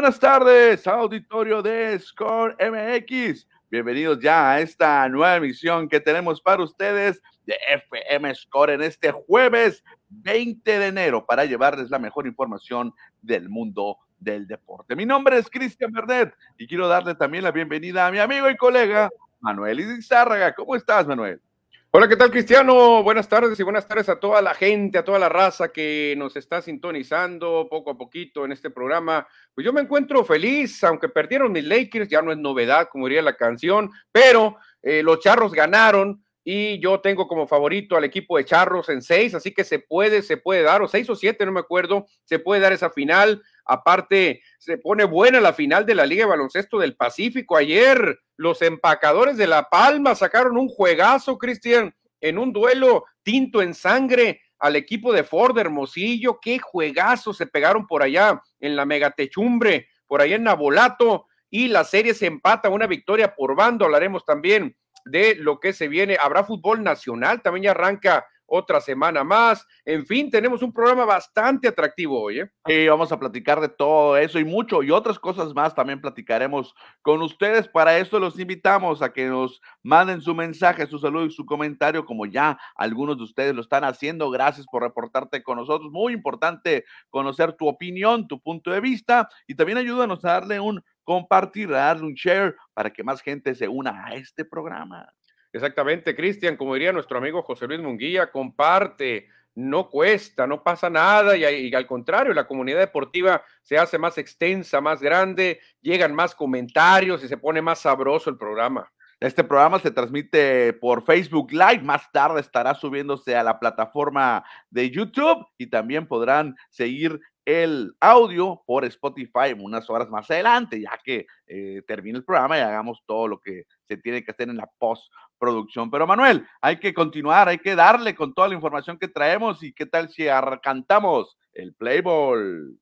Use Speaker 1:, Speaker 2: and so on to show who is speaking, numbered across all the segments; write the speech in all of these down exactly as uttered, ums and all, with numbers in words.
Speaker 1: buenas tardes, auditorio de Score M X. Bienvenidos ya a esta nueva emisión que tenemos para ustedes de F M Score en este jueves veinte de enero para llevarles la mejor información del mundo del deporte. Mi nombre es Cristian Bernet y quiero darle también la bienvenida a mi amigo y colega Manuel Izárraga. ¿Cómo estás, Manuel?
Speaker 2: Hola, ¿qué tal, Cristiano? Buenas tardes y buenas tardes a toda la gente, a toda la raza que nos está sintonizando poco a poquito en este programa. Pues yo me encuentro feliz, aunque perdieron mis Lakers, ya no es novedad, como diría la canción, pero eh, los Charros ganaron y yo tengo como favorito al equipo de Charros en seis, así que se puede, se puede dar, o seis o siete, no me acuerdo, se puede dar esa final. Aparte, se pone buena la final de la Liga de Baloncesto del Pacífico. Ayer los empacadores de La Palma sacaron un juegazo, Cristian, en un duelo tinto en sangre al equipo de Ford Hermosillo. Qué juegazo se pegaron por allá en la Megatechumbre, por allá en Nabolato, y la serie se empata, una victoria por bando. Hablaremos también de lo que se viene. Habrá fútbol nacional, también ya arranca otra semana más. En fin, tenemos un programa bastante atractivo hoy, ¿eh?
Speaker 1: Y vamos a platicar de todo eso y mucho y otras cosas más también platicaremos con ustedes. Para eso los invitamos a que nos manden su mensaje, su saludo y su comentario, como ya algunos de ustedes lo están haciendo. Gracias por reportarte con nosotros. Muy importante conocer tu opinión, tu punto de vista, y también ayúdanos a darle un compartir, a darle un share para que más gente se una a este programa.
Speaker 2: Exactamente, Cristian, como diría nuestro amigo José Luis Munguía, comparte, no cuesta, no pasa nada, y, y al contrario, la comunidad deportiva se hace más extensa, más grande, llegan más comentarios y se pone más sabroso el programa.
Speaker 1: Este programa se transmite por Facebook Live, más tarde estará subiéndose a la plataforma de YouTube y también podrán seguir el audio por Spotify unas horas más adelante, ya que eh, termine el programa y hagamos todo lo que se tiene que hacer en la postproducción. Pero Manuel, hay que continuar, hay que darle con toda la información que traemos, y qué tal si cantamos el Play Ball.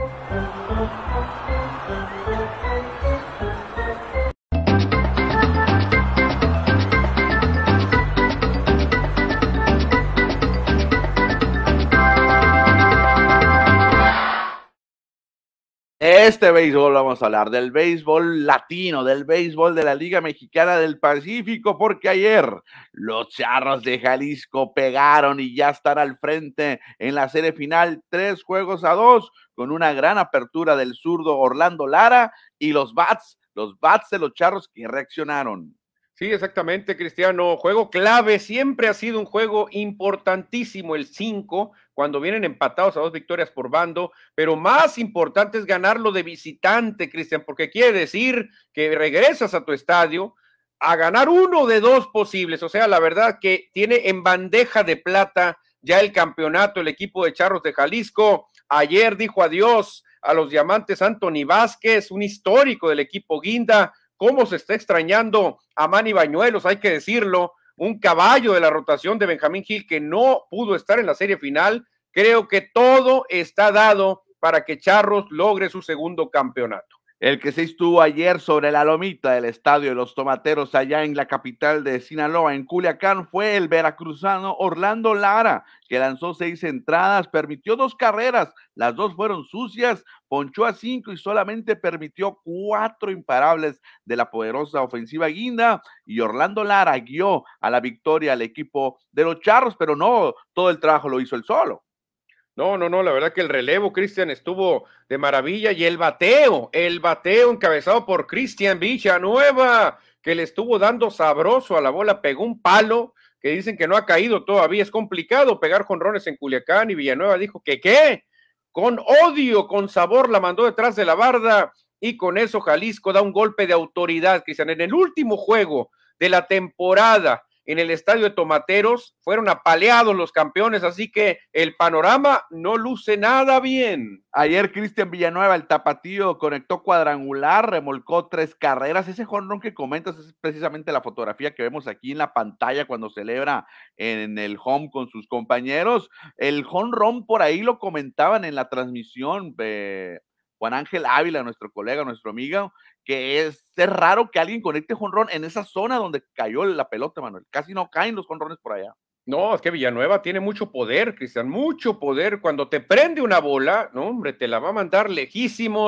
Speaker 1: Este béisbol, vamos a hablar del béisbol latino, del béisbol de la Liga Mexicana del Pacífico, porque ayer los Charros de Jalisco pegaron y ya están al frente en la serie final, tres juegos a dos, con una gran apertura del zurdo Orlando Lara y los bats, los bats de los Charros que reaccionaron.
Speaker 2: Sí, exactamente, Cristiano. Juego clave, siempre ha sido un juego importantísimo el cinco, cuando vienen empatados a dos victorias por bando, pero más importante es ganarlo de visitante, Cristian, porque quiere decir que regresas a tu estadio a ganar uno de dos posibles. O sea, la verdad que tiene en bandeja de plata ya el campeonato el equipo de Charros de Jalisco. Ayer dijo adiós a los diamantes Anthony Vázquez, un histórico del equipo Guinda. Cómo se está extrañando a Manny Bañuelos, hay que decirlo, un caballo de la rotación de Benjamín Gil que no pudo estar en la serie final. Creo que todo está dado para que Charros logre su segundo campeonato.
Speaker 1: El que se estuvo ayer sobre la lomita del estadio de los Tomateros allá en la capital de Sinaloa, en Culiacán, fue el veracruzano Orlando Lara, que lanzó seis entradas, permitió dos carreras, las dos fueron sucias, ponchó a cinco y solamente permitió cuatro imparables de la poderosa ofensiva Guinda, y Orlando Lara guió a la victoria al equipo de los Charros, pero no todo el trabajo lo hizo él solo.
Speaker 2: No, no, no, la verdad que el relevo, Cristian, estuvo de maravilla, y el bateo, el bateo encabezado por Cristian Villanueva, que le estuvo dando sabroso a la bola, pegó un palo, que dicen que no ha caído todavía, es complicado pegar jonrones en Culiacán, y Villanueva dijo que qué, con odio, con sabor, la mandó detrás de la barda, y con eso Jalisco da un golpe de autoridad, Cristian. En el último juego de la temporada, en el estadio de Tomateros, fueron apaleados los campeones, así que el panorama no luce nada bien.
Speaker 1: Ayer Cristian Villanueva, el tapatío, conectó cuadrangular, remolcó tres carreras. Ese jonrón que comentas es precisamente la fotografía que vemos aquí en la pantalla cuando celebra en el home con sus compañeros. El jonrón por ahí lo comentaban en la transmisión de Juan Ángel Ávila, nuestro colega, nuestro amigo, que es, es raro que alguien conecte jonrón en esa zona donde cayó la pelota, Manuel. Casi no caen los jonrones por allá.
Speaker 2: No, es que Villanueva tiene mucho poder, Cristian, mucho poder. Cuando te prende una bola, no, hombre, te la va a mandar lejísimos.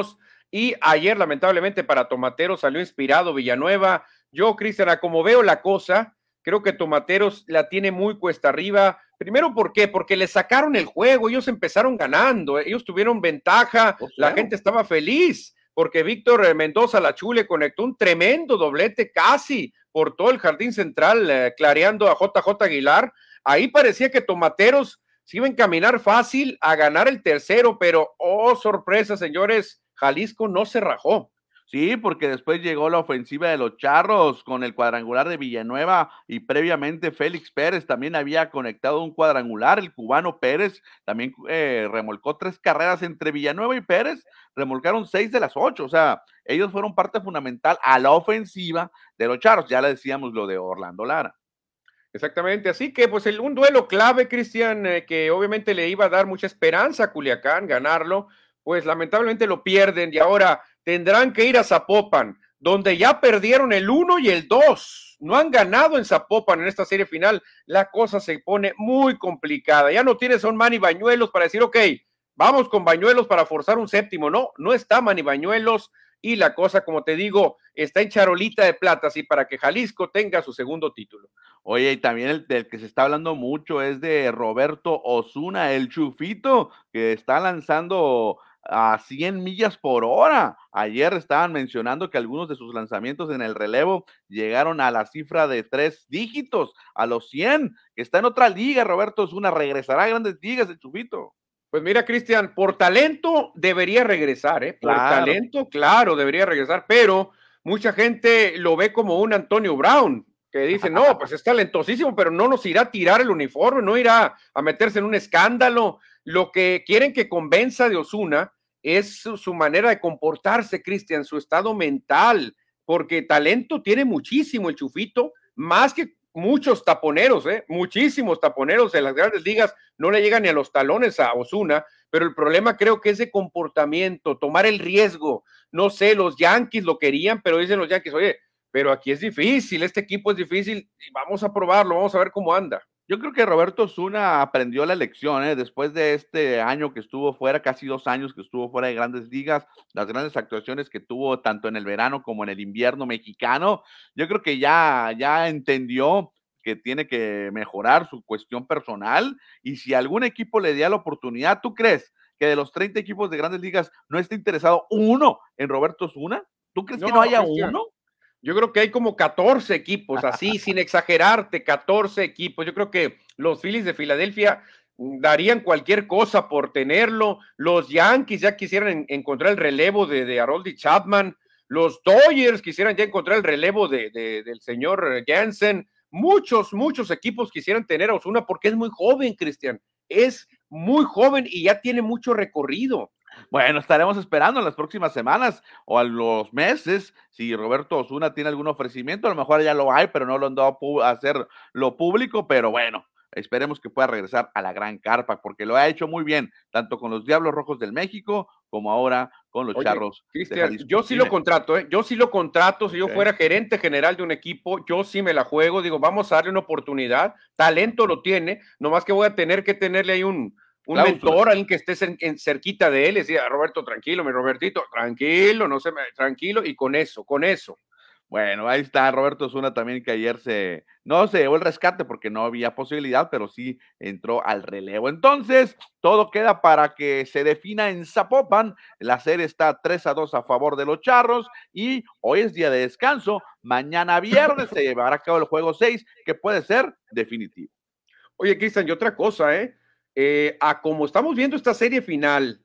Speaker 2: y ayer lamentablemente para Tomateros salió inspirado Villanueva. Yo, Cristian, como veo la cosa, creo que Tomateros la tiene muy cuesta arriba. Primero, ¿por qué? Porque le sacaron el juego, ellos empezaron ganando, ellos tuvieron ventaja, la gente estaba feliz, porque Víctor Mendoza La Chule conectó un tremendo doblete casi por todo el jardín central, eh, clareando a J J Aguilar. Ahí parecía que Tomateros se iba a encaminar fácil a ganar el tercero, pero, oh, sorpresa, señores, Jalisco no se rajó.
Speaker 1: Sí, porque después llegó la ofensiva de los Charros con el cuadrangular de Villanueva y previamente Félix Pérez también había conectado un cuadrangular. El cubano Pérez también eh, remolcó tres carreras entre Villanueva y Pérez, remolcaron seis de las ocho. O sea, ellos fueron parte fundamental a la ofensiva de los Charros. Ya le decíamos lo de Orlando Lara.
Speaker 2: Exactamente, así que pues el, un duelo clave, Cristian, eh, que obviamente le iba a dar mucha esperanza a Culiacán ganarlo, pues lamentablemente lo pierden y ahora tendrán que ir a Zapopan, donde ya perdieron el uno y el dos, no han ganado en Zapopan en esta serie final, la cosa se pone muy complicada, ya no tienes a un Manny Bañuelos para decir, ok, vamos con Bañuelos para forzar un séptimo, no, no está Manny Bañuelos, y la cosa, como te digo, está en charolita de plata, así para que Jalisco tenga su segundo título.
Speaker 1: Oye, y también el del que se está hablando mucho es de Roberto Osuna, el Chufito, que está lanzando a cien millas por hora. Ayer estaban mencionando que algunos de sus lanzamientos en el relevo llegaron a la cifra de tres dígitos, a los cien, que está en otra liga. Roberto Osuna regresará a grandes ligas, el Chufito.
Speaker 2: Pues mira, Cristian, por talento debería regresar, ¿eh? Por claro. talento, claro, debería regresar, pero mucha gente lo ve como un Antonio Brown, que dice, no, pues es talentosísimo, pero no nos irá a tirar el uniforme, no irá a meterse en un escándalo. Lo que quieren que convenza de Osuna es su, su manera de comportarse, Cristian, su estado mental, porque talento tiene muchísimo el Chufito, más que muchos taponeros, ¿eh? muchísimos taponeros en las grandes ligas, no le llegan ni a los talones a Osuna, pero el problema creo que es de comportamiento, tomar el riesgo. No sé, los Yankees lo querían, pero dicen los Yankees, oye, pero aquí es difícil, este equipo es difícil, vamos a probarlo, vamos a ver cómo anda.
Speaker 1: Yo creo que Roberto Osuna aprendió la lección, ¿eh? Después de este año que estuvo fuera, casi dos años que estuvo fuera de grandes ligas, las grandes actuaciones que tuvo tanto en el verano como en el invierno mexicano, yo creo que ya, ya entendió que tiene que mejorar su cuestión personal y si algún equipo le diera la oportunidad, ¿tú crees que de los treinta equipos de grandes ligas no esté interesado uno en Roberto Osuna? ¿Tú crees no, que no haya Cristian. uno?
Speaker 2: Yo creo que hay como catorce equipos, así sin exagerarte, catorce equipos. Yo creo que los Phillies de Filadelfia darían cualquier cosa por tenerlo. Los Yankees ya quisieran en, encontrar el relevo de, de Aroldis Chapman. Los Dodgers quisieran ya encontrar el relevo de, de, del señor Jansen. Muchos, muchos equipos quisieran tener a Osuna porque es muy joven, Cristian. Es muy joven y ya tiene mucho recorrido.
Speaker 1: Bueno, estaremos esperando en las próximas semanas o a los meses si Roberto Osuna tiene algún ofrecimiento, a lo mejor ya lo hay, pero no lo han dado a hacer lo público, pero bueno, esperemos que pueda regresar a la gran carpa, porque lo ha hecho muy bien, tanto con los Diablos Rojos del México, como ahora con los Oye, Charros.
Speaker 2: Cristian, yo sí lo contrato, ¿eh? yo sí lo contrato, si yo sí. fuera gerente general de un equipo, yo sí me la juego, digo, vamos a darle una oportunidad, talento lo tiene, nomás que voy a tener que tenerle ahí un un Cláusulas. mentor, alguien que esté en, en cerquita de él, decía, Roberto, tranquilo, mi Robertito, tranquilo, no se me, tranquilo, y con eso, con eso.
Speaker 1: Bueno, ahí está Roberto Osuna también, que ayer se, no se llevó el rescate porque no había posibilidad, pero sí entró al relevo. Entonces, todo queda para que se defina en Zapopan, la serie está tres a dos a favor de los Charros, y hoy es día de descanso, mañana viernes se llevará a cabo el juego seis, que puede ser definitivo.
Speaker 2: Oye, Cristian, y otra cosa, ¿eh? Eh, a como estamos viendo esta serie final,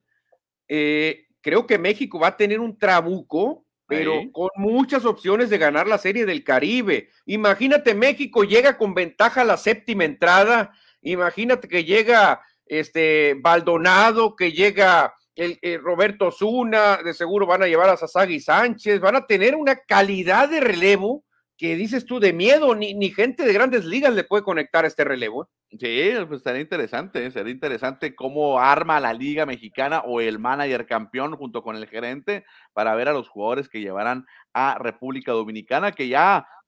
Speaker 2: eh, creo que México va a tener un trabuco, pero Ahí. con muchas opciones de ganar la serie del Caribe. Imagínate, México llega con ventaja a la séptima entrada, imagínate que llega este Baldonado, que llega el, el Roberto Osuna, de seguro van a llevar a Sasagi Sánchez, van a tener una calidad de relevo que dices tú de miedo, ni, ni gente de grandes ligas le puede conectar a este relevo.
Speaker 1: Sí, pues sería interesante, sería interesante cómo arma la Liga Mexicana o el manager campeón junto con el gerente para ver a los jugadores que llevarán a República Dominicana, que ya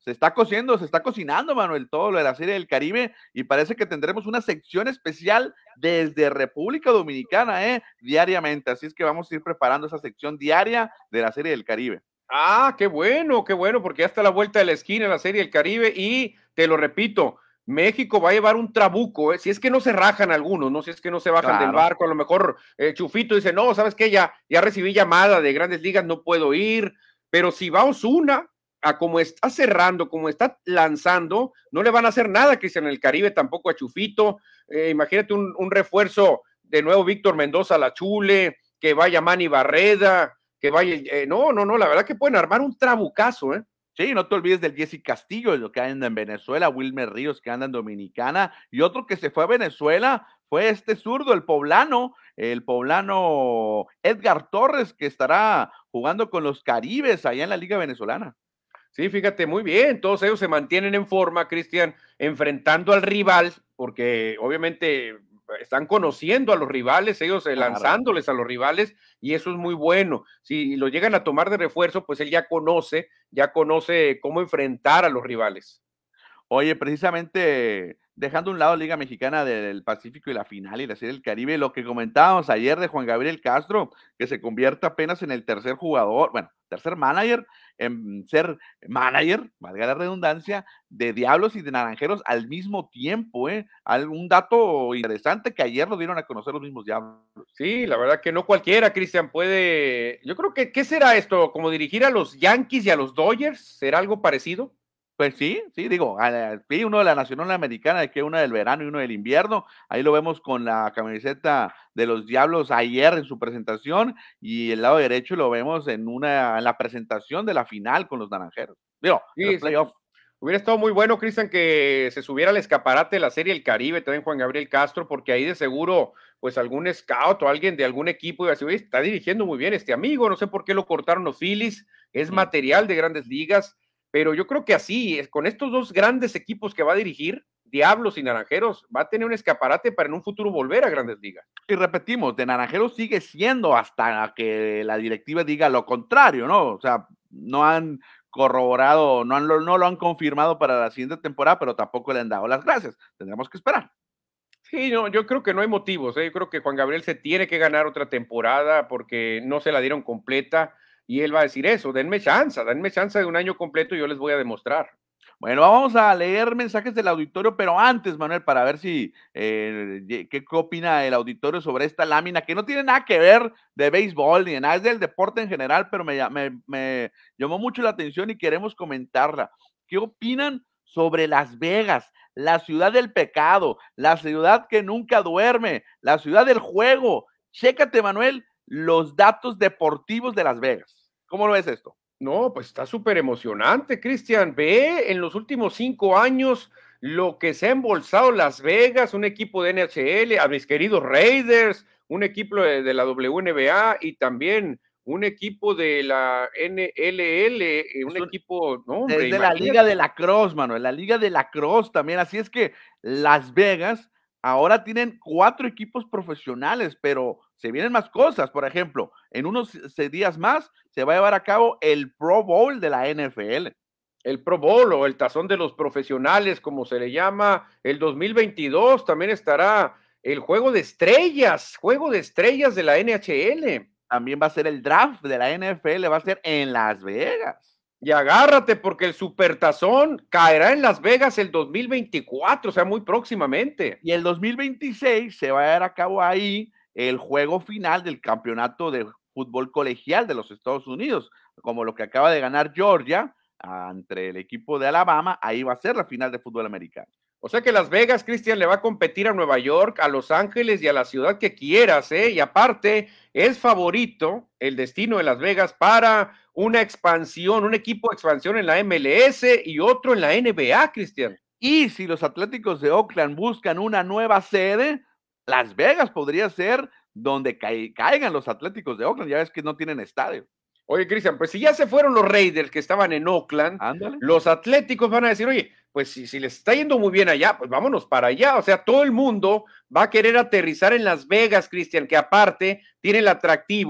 Speaker 1: se está cociendo, se está cocinando, Manuel, todo lo de la Serie del Caribe, y parece que tendremos una sección especial desde República Dominicana, ¿eh? Diariamente, así es que vamos a ir preparando esa sección diaria de la Serie del Caribe.
Speaker 2: Ah, qué bueno, qué bueno, porque ya está a la vuelta de la esquina la Serie del Caribe y te lo repito, México va a llevar un trabuco, ¿eh? Si es que no se rajan algunos, no si es que no se bajan claro. del barco, a lo mejor eh, Chufito dice, no, ¿sabes qué? Ya, ya recibí llamada de Grandes Ligas, no puedo ir, pero si va Osuna, a como está cerrando, como está lanzando, no le van a hacer nada, Cristian, en el Caribe, tampoco a Chufito, eh, imagínate un, un refuerzo de nuevo Víctor Mendoza, la Chule, que vaya Manny Barreda, que vaya, eh, no, no, no, la verdad que pueden armar un trabucazo, ¿eh?
Speaker 1: Sí, no te olvides del Jesse Castillo, lo que anda en Venezuela, Wilmer Ríos, que anda en Dominicana, y otro que se fue a Venezuela fue este zurdo, el poblano, el poblano Edgar Torres, que estará jugando con los Caribes allá en la Liga Venezolana.
Speaker 2: Sí, fíjate, muy bien, todos ellos se mantienen en forma, Cristian, enfrentando al rival, porque obviamente están conociendo a los rivales, ellos claro. lanzándoles a los rivales, y eso es muy bueno. Si lo llegan a tomar de refuerzo, pues él ya conoce, ya conoce cómo enfrentar a los rivales.
Speaker 1: Oye, precisamente dejando a un lado Liga Mexicana del Pacífico y la final y la Serie del Caribe, lo que comentábamos ayer de Juan Gabriel Castro, que se convierte apenas en el tercer jugador, bueno, tercer manager, en ser manager, valga la redundancia, de Diablos y de Naranjeros al mismo tiempo, ¿eh? Un dato interesante que ayer lo dieron a conocer los mismos Diablos.
Speaker 2: Sí, la verdad que no cualquiera, Cristian, puede, yo creo que, ¿qué será esto? ¿Como dirigir a los Yankees y a los Dodgers? ¿Será algo parecido?
Speaker 1: Pues sí, sí, digo, sí, uno de la Nacional Americana, que uno del verano y uno del invierno, ahí lo vemos con la camiseta de los Diablos ayer en su presentación, y el lado derecho lo vemos en una, en la presentación de la final con los Naranjeros, digo,
Speaker 2: sí,
Speaker 1: el playoff.
Speaker 2: Hubiera estado muy bueno, Cristian, que se subiera al escaparate de la Serie del Caribe, también Juan Gabriel Castro, porque ahí de seguro, pues algún scout o alguien de algún equipo iba a decir, oye, está dirigiendo muy bien este amigo, no sé por qué lo cortaron los Phillies, es mm. material de Grandes Ligas, pero yo creo que así, con estos dos grandes equipos que va a dirigir, Diablos y Naranjeros, va a tener un escaparate para en un futuro volver a Grandes Ligas.
Speaker 1: Y repetimos, de Naranjeros sigue siendo hasta que la directiva diga lo contrario, ¿no? O sea, no han corroborado, no, han, no lo han confirmado para la siguiente temporada, pero tampoco le han dado las gracias. Tendremos que esperar.
Speaker 2: Sí, no, yo creo que no hay motivos, ¿eh? Yo creo que Juan Gabriel se tiene que ganar otra temporada porque no se la dieron completa. Y él va a decir eso, denme chance, denme chance de un año completo y yo les voy a demostrar.
Speaker 1: Bueno, vamos a leer mensajes del auditorio, pero antes, Manuel, para ver si, eh, qué, qué opina el auditorio sobre esta lámina, que no tiene nada que ver de béisbol ni de nada, es del deporte en general, pero me, me, me llamó mucho la atención y queremos comentarla. ¿Qué opinan sobre Las Vegas, la ciudad del pecado, la ciudad que nunca duerme, la ciudad del juego? Chécate, Manuel, los datos deportivos de Las Vegas. ¿Cómo lo ves esto?
Speaker 2: No, pues está súper emocionante, Cristian. Ve en los últimos cinco años lo que se ha embolsado Las Vegas, un equipo de N H L, a mis queridos Raiders, un equipo de, de la W N B A y también un equipo de la N L L, un, un equipo, no, hombre,
Speaker 1: es de imagínate. La Liga de la Cross, Manuel, la Liga de la Cross también, así es que Las Vegas ahora tienen cuatro equipos profesionales, pero se vienen más cosas. Por ejemplo, en unos días más se va a llevar a cabo el Pro Bowl de la N F L.
Speaker 2: El Pro Bowl o el tazón de los profesionales, como se le llama. El dos mil veintidós también estará el Juego de Estrellas, Juego de Estrellas de la N H L.
Speaker 1: También va a ser el draft de la N F L, va a ser en Las Vegas.
Speaker 2: Y agárrate porque el Supertazón caerá en Las Vegas el dos mil veinticuatro, o sea, muy próximamente.
Speaker 1: Y el dos mil veintiséis se va a llevar a cabo ahí el juego final del campeonato de fútbol colegial de los Estados Unidos, como lo que acaba de ganar Georgia entre el equipo de Alabama, ahí va a ser la final de fútbol americano.
Speaker 2: O sea que Las Vegas, Cristian, le va a competir a Nueva York, a Los Ángeles y a la ciudad que quieras, ¿eh? Y aparte, es favorito el destino de Las Vegas para una expansión, un equipo de expansión en la M L S y otro en la N B A, Cristian.
Speaker 1: Y si los Atléticos de Oakland buscan una nueva sede, Las Vegas podría ser donde ca caigan los Atléticos de Oakland, ya ves que no tienen estadio.
Speaker 2: Oye, Cristian, pues si ya se fueron los Raiders que estaban en Oakland, Ándale. Los Atléticos van a decir, oye, pues si, si les está yendo muy bien allá, pues vámonos para allá. O sea, todo el mundo va a querer aterrizar en Las Vegas, Cristian, que aparte tiene el atractivo,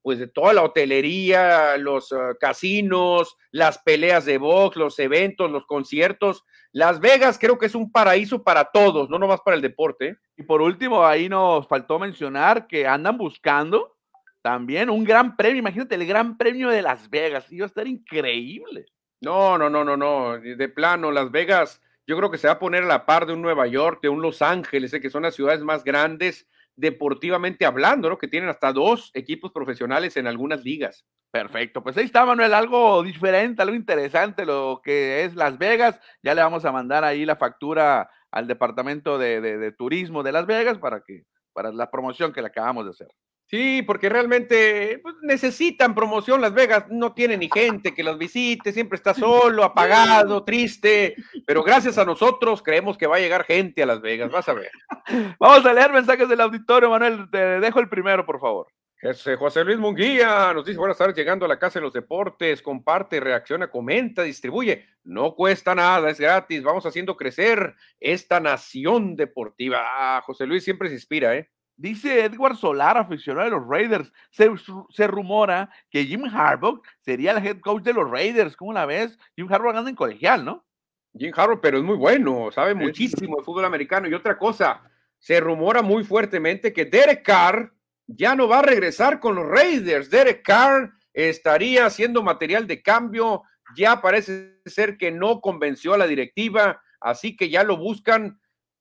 Speaker 2: pues de toda la hotelería, los uh, casinos, las peleas de box, los eventos, los conciertos. Las Vegas creo que es un paraíso para todos, no nomás para el deporte.
Speaker 1: Y por último, ahí nos faltó mencionar que andan buscando también un gran premio. Imagínate el gran premio de Las Vegas, iba a estar increíble.
Speaker 2: No, no, no, no, no, de plano, Las Vegas, yo creo que se va a poner a la par de un Nueva York, de un Los Ángeles, eh, que son las ciudades más grandes deportivamente hablando, ¿no? Que tienen hasta dos equipos profesionales en algunas ligas.
Speaker 1: Perfecto, pues ahí está, Manuel, algo diferente, algo interesante, lo que es Las Vegas. Ya le vamos a mandar ahí la factura al departamento de, de, de turismo de Las Vegas para que, para la promoción que le acabamos de hacer.
Speaker 2: Sí, porque realmente pues, necesitan promoción. Las Vegas no tiene ni gente que las visite, siempre está solo, apagado, triste, pero gracias a nosotros creemos que va a llegar gente a Las Vegas, vas a ver.
Speaker 1: Vamos a leer mensajes del auditorio, Manuel, te dejo el primero, por favor.
Speaker 2: José Luis Munguía nos dice, buenas tardes, llegando a la casa de los deportes, comparte, reacciona, comenta, distribuye, no cuesta nada, es gratis, vamos haciendo crecer esta nación deportiva. Ah, José Luis siempre se inspira, ¿eh?
Speaker 1: Dice Edward Solar, aficionado de los Raiders, se, se rumora que Jim Harbaugh sería el head coach de los Raiders. ¿Cómo la ves? Jim Harbaugh anda en colegial, ¿no?
Speaker 2: Jim Harbaugh, pero es muy bueno, sabe sí. muchísimo de fútbol americano. Y otra cosa, se rumora muy fuertemente que Derek Carr ya no va a regresar con los Raiders. Derek Carr estaría haciendo material de cambio, ya parece ser que no convenció a la directiva, así que ya lo buscan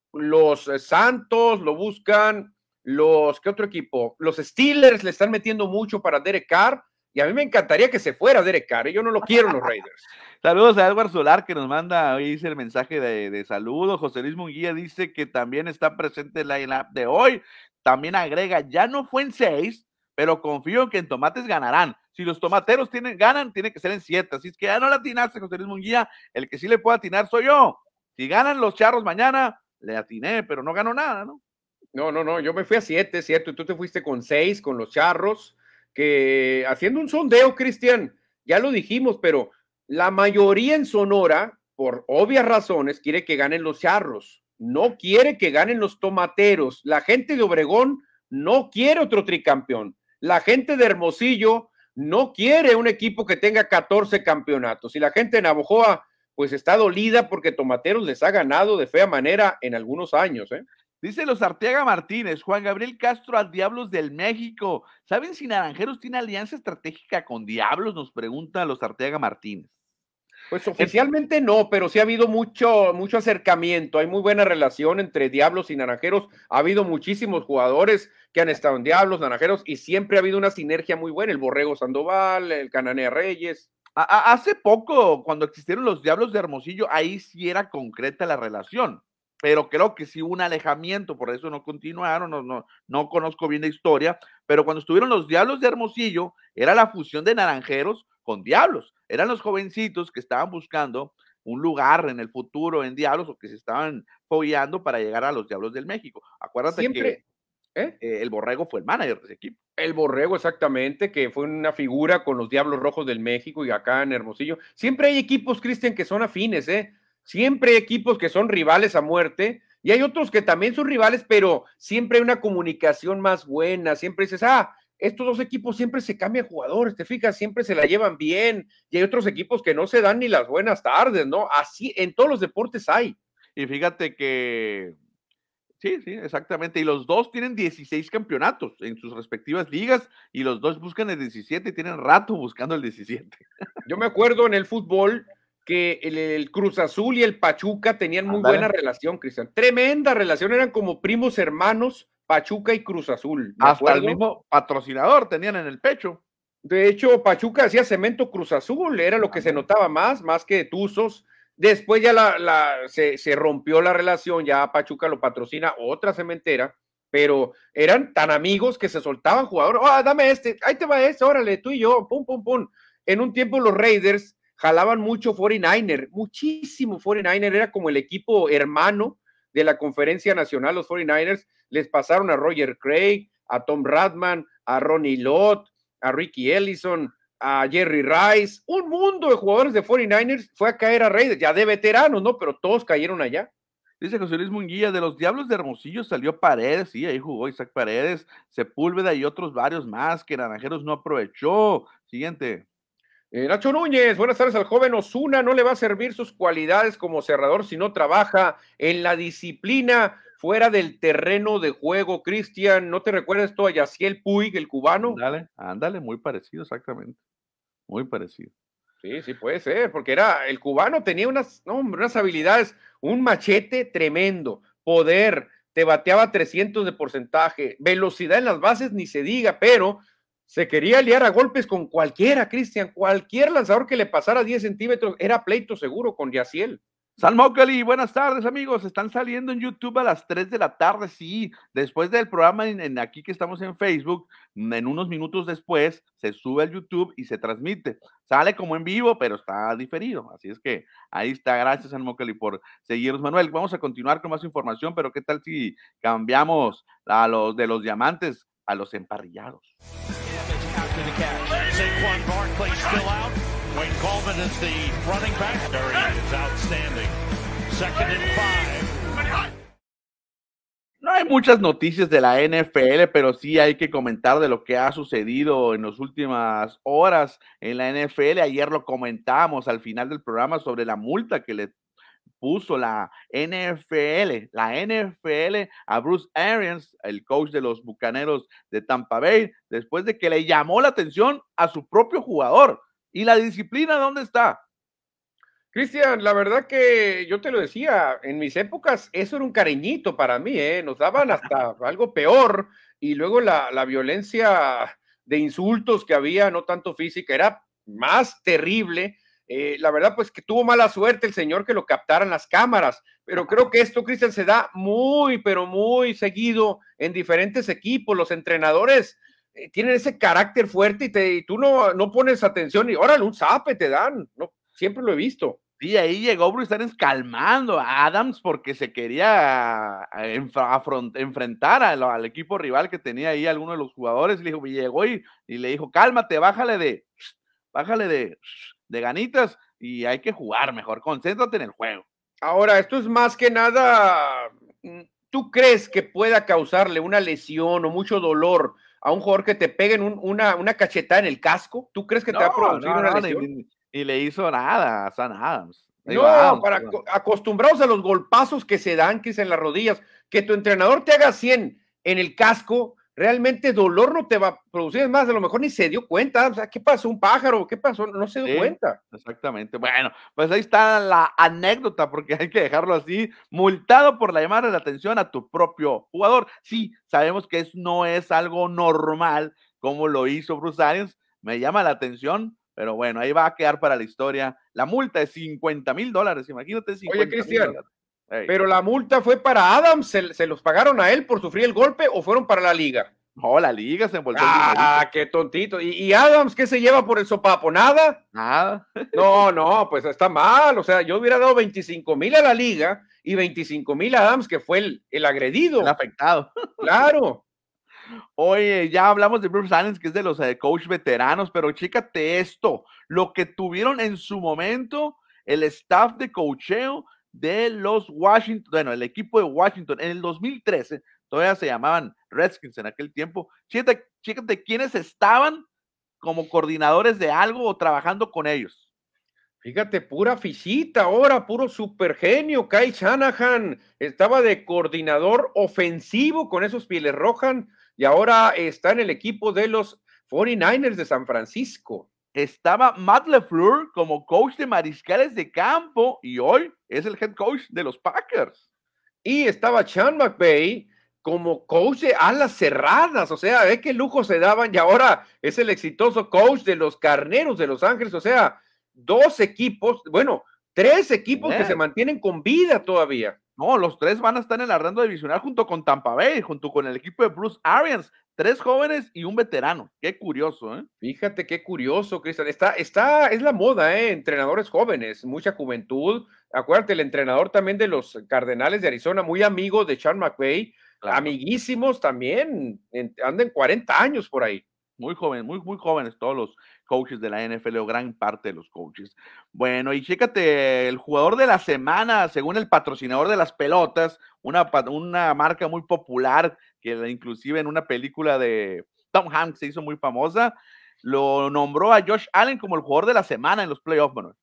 Speaker 2: los Santos, lo buscan los, ¿qué otro equipo? Los Steelers le están metiendo mucho para Derek Carr, y a mí me encantaría que se fuera Derek Carr, yo no lo quiero en los Raiders.
Speaker 1: Saludos a Edward Solar, que nos manda, hoy dice el mensaje de, de saludos. José Luis Munguía dice que también está presente en la line-up de hoy. También agrega, ya no fue en seis, pero confío en que en Tomates ganarán. Si los tomateros tienen, ganan, tiene que ser en siete. Así es que ya no la atinaste, José Luis Munguía. El que sí le puede atinar soy yo. Si ganan los Charros mañana, le atiné, pero no ganó nada, ¿no?
Speaker 2: No, no, no, yo me fui a siete, ¿cierto? Y tú te fuiste con seis, con los Charros, que haciendo un sondeo, Cristian, ya lo dijimos, pero la mayoría en Sonora, por obvias razones, quiere que ganen los Charros, no quiere que ganen los Tomateros. La gente de Obregón no quiere otro tricampeón. La gente de Hermosillo no quiere un equipo que tenga catorce campeonatos. Y la gente de Navojoa, pues está dolida porque Tomateros les ha ganado de fea manera en algunos años, ¿eh?
Speaker 1: Dice los Arteaga Martínez, Juan Gabriel Castro al Diablos del México. ¿Saben si Naranjeros tiene alianza estratégica con Diablos? Nos pregunta los Arteaga Martínez.
Speaker 2: Pues oficialmente no, pero sí ha habido mucho, mucho acercamiento, hay muy buena relación entre Diablos y Naranjeros, ha habido muchísimos jugadores que han estado en Diablos, Naranjeros, y siempre ha habido una sinergia muy buena, el Borrego Sandoval, el Cananea Reyes.
Speaker 1: A, a, hace poco, cuando existieron los Diablos de Hermosillo, ahí sí era concreta la relación, pero creo que sí hubo un alejamiento, por eso no continuaron, no, no, no conozco bien la historia, pero cuando estuvieron los Diablos de Hermosillo, era la fusión de Naranjeros con Diablos, eran los jovencitos que estaban buscando un lugar en el futuro en Diablos o que se estaban fogueando para llegar a los Diablos del México. Acuérdate
Speaker 2: Siempre,
Speaker 1: que ¿eh? Eh, el Borrego fue el manager de ese equipo.
Speaker 2: El Borrego, exactamente, que fue una figura con los Diablos Rojos del México y acá en Hermosillo. Siempre hay equipos, Cristian, que son afines, ¿eh? Siempre hay equipos que son rivales a muerte y hay otros que también son rivales, pero siempre hay una comunicación más buena. Siempre dices, ah, estos dos equipos siempre se cambian jugadores, te fijas, siempre se la llevan bien, y hay otros equipos que no se dan ni las buenas tardes, ¿no? Así en todos los deportes hay.
Speaker 1: Y fíjate que, sí, sí, exactamente, y los dos tienen dieciséis campeonatos en sus respectivas ligas, y los dos buscan el diecisiete y tienen rato buscando el diecisiete.
Speaker 2: Yo me acuerdo en el fútbol que el, el Cruz Azul y el Pachuca tenían muy
Speaker 1: Andale.
Speaker 2: buena relación, Cristian, tremenda relación, eran como primos hermanos, Pachuca y Cruz Azul.
Speaker 1: Hasta acuerdo. El mismo patrocinador tenían en el pecho.
Speaker 2: De hecho, Pachuca hacía cemento Cruz Azul, era lo que se notaba más, más que Tuzos. Después ya la, la, se, se rompió la relación, ya Pachuca lo patrocina otra cementera, pero eran tan amigos que se soltaban jugadores. Ah, oh, dame este, ahí te va este, órale, tú y yo, pum, pum, pum. En un tiempo los Raiders jalaban mucho cuarenta y nueve er, muchísimo cuarenta y nueve er, era como el equipo hermano de la Conferencia Nacional, los cuarenta y nueve ers. Les pasaron a Roger Craig, a Tom Radman, a Ronnie Lott, a Ricky Ellison, a Jerry Rice, un mundo de jugadores de cuarenta y nueve ers fue a caer a Raiders, ya de veteranos, ¿no? Pero todos cayeron allá.
Speaker 1: Dice José Luis Munguía, de los Diablos de Hermosillo salió Paredes, sí, ahí jugó Isaac Paredes, Sepúlveda y otros varios más que Naranjeros no aprovechó. Siguiente.
Speaker 2: Eh, Nacho Núñez, buenas tardes al joven Osuna, no le va a servir sus cualidades como cerrador si no trabaja en la disciplina fuera del terreno de juego. Cristian, ¿no te recuerdas esto a Yaciel Puig, el cubano?
Speaker 1: Ándale, ándale, muy parecido, exactamente. Muy parecido.
Speaker 2: Sí, sí puede ser, porque era, el cubano tenía unas, no, hombre, unas habilidades, un machete tremendo, poder, te bateaba trescientos de porcentaje, velocidad en las bases, ni se diga, pero se quería liar a golpes con cualquiera, Cristian, cualquier lanzador que le pasara diez centímetros, era pleito seguro con Yaciel.
Speaker 1: San Mocali, buenas tardes amigos, están saliendo en YouTube a las tres de la tarde, sí, después del programa en, en aquí que estamos en Facebook, en unos minutos después se sube al YouTube y se transmite, sale como en vivo, pero está diferido, así es que ahí está, gracias San Mocali por seguirnos. Manuel, vamos a continuar con más información, pero qué tal si cambiamos a los de los diamantes a los emparrillados.
Speaker 3: Wayne Coleman is the running back. There he is, outstanding. Second and five.
Speaker 1: No hay muchas noticias de la N F L, pero sí hay que comentar de lo que ha sucedido en las últimas horas en la N F L. Ayer lo comentamos al final del programa sobre la multa que le puso la N F L, la N F L a Bruce Arians, el coach de los Bucaneros de Tampa Bay, después de que le llamó la atención a su propio jugador. ¿Y la disciplina dónde está?
Speaker 2: Cristian, la verdad que yo te lo decía, en mis épocas eso era un cariñito para mí, ¿eh? Nos daban hasta algo peor y luego la, la violencia de insultos que había, no tanto física, era más terrible. Eh, la verdad, pues que tuvo mala suerte el señor que lo captaran las cámaras, pero creo que esto, Cristian, se da muy, pero muy seguido en diferentes equipos. Los entrenadores eh, tienen ese carácter fuerte y, te, y tú no, no pones atención y órale, un zape te dan, no, siempre lo he visto.
Speaker 1: Sí, ahí llegó Bruce Arians calmando a Adams porque se quería enfrentar al, al equipo rival que tenía ahí alguno de los jugadores, y le dijo, y llegó y, y le dijo, cálmate, bájale de, bájale de, de ganitas y hay que jugar mejor, concéntrate en el juego.
Speaker 2: Ahora, esto es más que nada, ¿tú crees que pueda causarle una lesión o mucho dolor a un jugador que te peguen un, una, una cachetada en el casco? ¿Tú crees que
Speaker 1: no,
Speaker 2: te va a producir
Speaker 1: no,
Speaker 2: una
Speaker 1: no,
Speaker 2: lesión?
Speaker 1: Ni, ni, ni le hizo nada a Sam Adams.
Speaker 2: No,
Speaker 1: Adams,
Speaker 2: para perdón. acostumbrados a los golpazos que se dan, que es en las rodillas, que tu entrenador te haga cien en el casco, realmente dolor no te va a producir. Es más, a lo mejor ni se dio cuenta. O sea, ¿qué pasó? ¿Un pájaro? ¿Qué pasó? No se dio sí, cuenta.
Speaker 1: Exactamente. Bueno, pues ahí está la anécdota, porque hay que dejarlo así, multado por la llamada de atención a tu propio jugador. Sí, sabemos que es, no es algo normal como lo hizo Bruce Arians, me llama la atención, pero bueno, ahí va a quedar para la historia. La multa es cincuenta mil dólares, imagínate.
Speaker 2: Oye, Cristian, hey. Pero la multa fue para Adams, ¿Se, ¿se los pagaron a él por sufrir el golpe o fueron para la liga?
Speaker 1: No, la liga se envolvió.
Speaker 2: Ah, qué tontito. ¿Y, ¿Y Adams qué se lleva por el sopapo? ¿Nada?
Speaker 1: Nada.
Speaker 2: No, no, pues está mal. O sea, yo hubiera dado veinticinco mil a la liga y veinticinco mil a Adams, que fue el, el agredido.
Speaker 1: El afectado.
Speaker 2: Claro.
Speaker 1: Oye, ya hablamos de Bruce Arians, que es de los eh, coach veteranos, pero chécate esto, lo que tuvieron en su momento el staff de coacheo de los Washington, bueno, el equipo de Washington en el dos mil trece, todavía se llamaban Redskins en aquel tiempo. Chécate, chécate quiénes estaban como coordinadores de algo o trabajando con ellos.
Speaker 2: Fíjate, pura fichita ahora, puro super genio. Kyle Shanahan estaba de coordinador ofensivo con esos Pieles Rojas y ahora está en el equipo de los cuarenta y nueve ers de San Francisco.
Speaker 1: Estaba Matt LaFleur como coach de mariscales de campo y hoy es el head coach de los Packers.
Speaker 2: Y estaba Sean McVay como coach de alas cerradas, o sea, ve qué lujo se daban y ahora es el exitoso coach de los Carneros de Los Ángeles, o sea, dos equipos, bueno, tres equipos yeah. que se mantienen con vida todavía.
Speaker 1: No, los tres van a estar en la ronda divisional junto con Tampa Bay, junto con el equipo de Bruce Arians, tres jóvenes y un veterano. Qué curioso, ¿eh?
Speaker 2: Fíjate qué curioso, Cristian. Está, está, es la moda, ¿eh? Entrenadores jóvenes, mucha juventud. Acuérdate, el entrenador también de los Cardenales de Arizona, muy amigo de Sean McVay, claro. Amiguísimos también, en, andan cuarenta años por ahí.
Speaker 1: Muy jóvenes, muy, muy jóvenes todos los coaches de la N F L o gran parte de los coaches. Bueno, y chécate, el jugador de la semana, según el patrocinador de las pelotas, una, una marca muy popular, que inclusive en una película de Tom Hanks se hizo muy famosa, lo nombró a Josh Allen como el jugador de la semana en los playoffs, Manuel.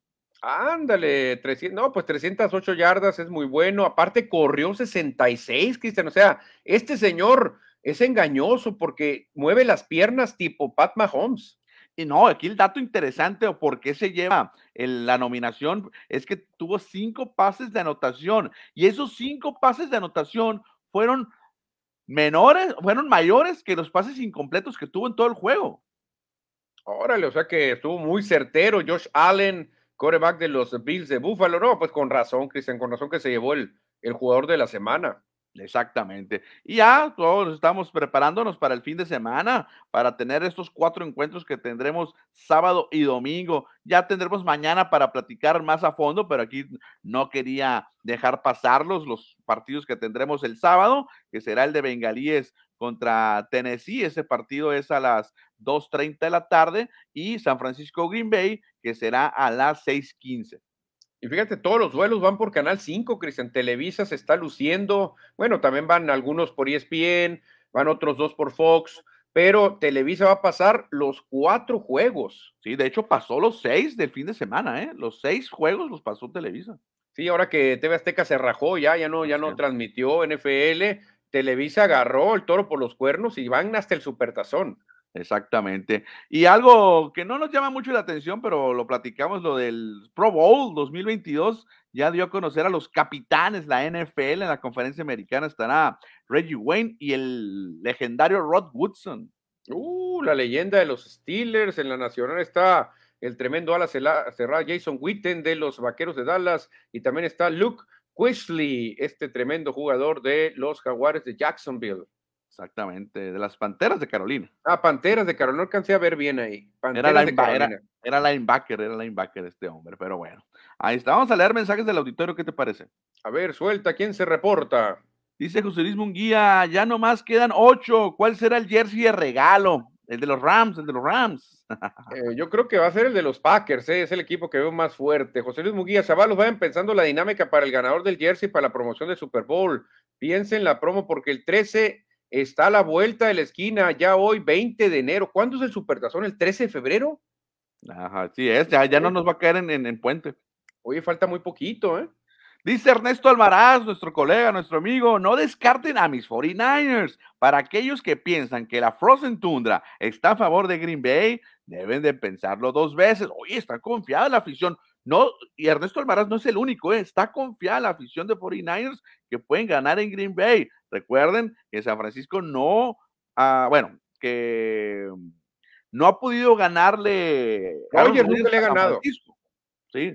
Speaker 2: Ándale, trescientos, no, pues trescientas ocho yardas es muy bueno. Aparte, corrió sesenta y seis, Cristian. O sea, este señor es engañoso porque mueve las piernas tipo Pat Mahomes.
Speaker 1: Y no, aquí el dato interesante o por qué se lleva el, la nominación es que tuvo cinco pases de anotación y esos cinco pases de anotación fueron menores, fueron mayores que los pases incompletos que tuvo en todo el juego.
Speaker 2: Órale, o sea que estuvo muy certero Josh Allen, quarterback de los Bills de Buffalo. No, pues con razón, Cristian, con razón que se llevó el, el jugador de la semana.
Speaker 1: Exactamente. Y ya todos estamos preparándonos para el fin de semana, para tener estos cuatro encuentros que tendremos sábado y domingo. Ya tendremos mañana para platicar más a fondo, pero aquí no quería dejar pasarlos los partidos que tendremos el sábado, que será el de Bengalíes contra Tennessee. Ese partido es a las dos treinta de la tarde, y San Francisco Green Bay, que será a las seis quince.
Speaker 2: Y fíjate, todos los duelos van por Canal cinco, Cristian. Televisa se está luciendo. Bueno, también van algunos por E S P N, van otros dos por Fox, pero Televisa va a pasar los cuatro juegos.
Speaker 1: Sí, de hecho pasó los seis del fin de semana, ¿eh? Los seis juegos los pasó Televisa.
Speaker 2: Sí, ahora que T V Azteca se rajó, ya, ya no, ya no transmitió N F L, Televisa agarró el toro por los cuernos y van hasta el Supertazón.
Speaker 1: Exactamente. Y algo que no nos llama mucho la atención, pero lo platicamos, lo del Pro Bowl dos mil veintidós, ya dio a conocer a los capitanes, la N F L. En la conferencia americana estará Reggie Wayne y el legendario Rod Woodson.
Speaker 2: Uh, la leyenda de los Steelers. En la nacional está el tremendo ala cerrada Jason Witten de los Vaqueros de Dallas, y también está Luke Kuechly, este tremendo jugador de los Jaguares de Jacksonville.
Speaker 1: Exactamente, de las Panteras de Carolina.
Speaker 2: Ah, Panteras de Carolina, no alcancé a ver bien ahí.
Speaker 1: Panteras era, de Carolina. Era, era linebacker, era linebacker este hombre, pero bueno. Ahí está, vamos a leer mensajes del auditorio, ¿qué te parece?
Speaker 2: A ver, suelta, ¿quién se reporta?
Speaker 1: Dice José Luis Munguía, ya nomás quedan ocho, ¿cuál será el jersey de regalo? El de los Rams, el de los Rams.
Speaker 2: eh, yo creo que va a ser el de los Packers, ¿eh? Es el equipo que veo más fuerte. José Luis Munguía, chavalos, vayan pensando la dinámica para el ganador del jersey para la promoción del Super Bowl. Piensen la promo porque el trece está a la vuelta de la esquina, ya hoy, veinte de enero. ¿Cuándo es el Supertazón? ¿El trece de febrero?
Speaker 1: Ajá, sí es, ya, ya no nos va a caer en, en, en puente.
Speaker 2: Oye, falta muy poquito, ¿eh?
Speaker 1: Dice Ernesto Almaraz, nuestro colega, nuestro amigo, no descarten a mis cuarenta y nueve ers. Para aquellos que piensan que la Frozen Tundra está a favor de Green Bay, deben de pensarlo dos veces. Oye, está confiada la afición. No, y Ernesto Almaraz no es el único, ¿eh? Está confiada la afición de cuarenta y nueve ers que pueden ganar en Green Bay. Recuerden que San Francisco no, uh, bueno, que no ha podido ganarle.
Speaker 2: Rogers nunca le ha ganado.
Speaker 1: Sí.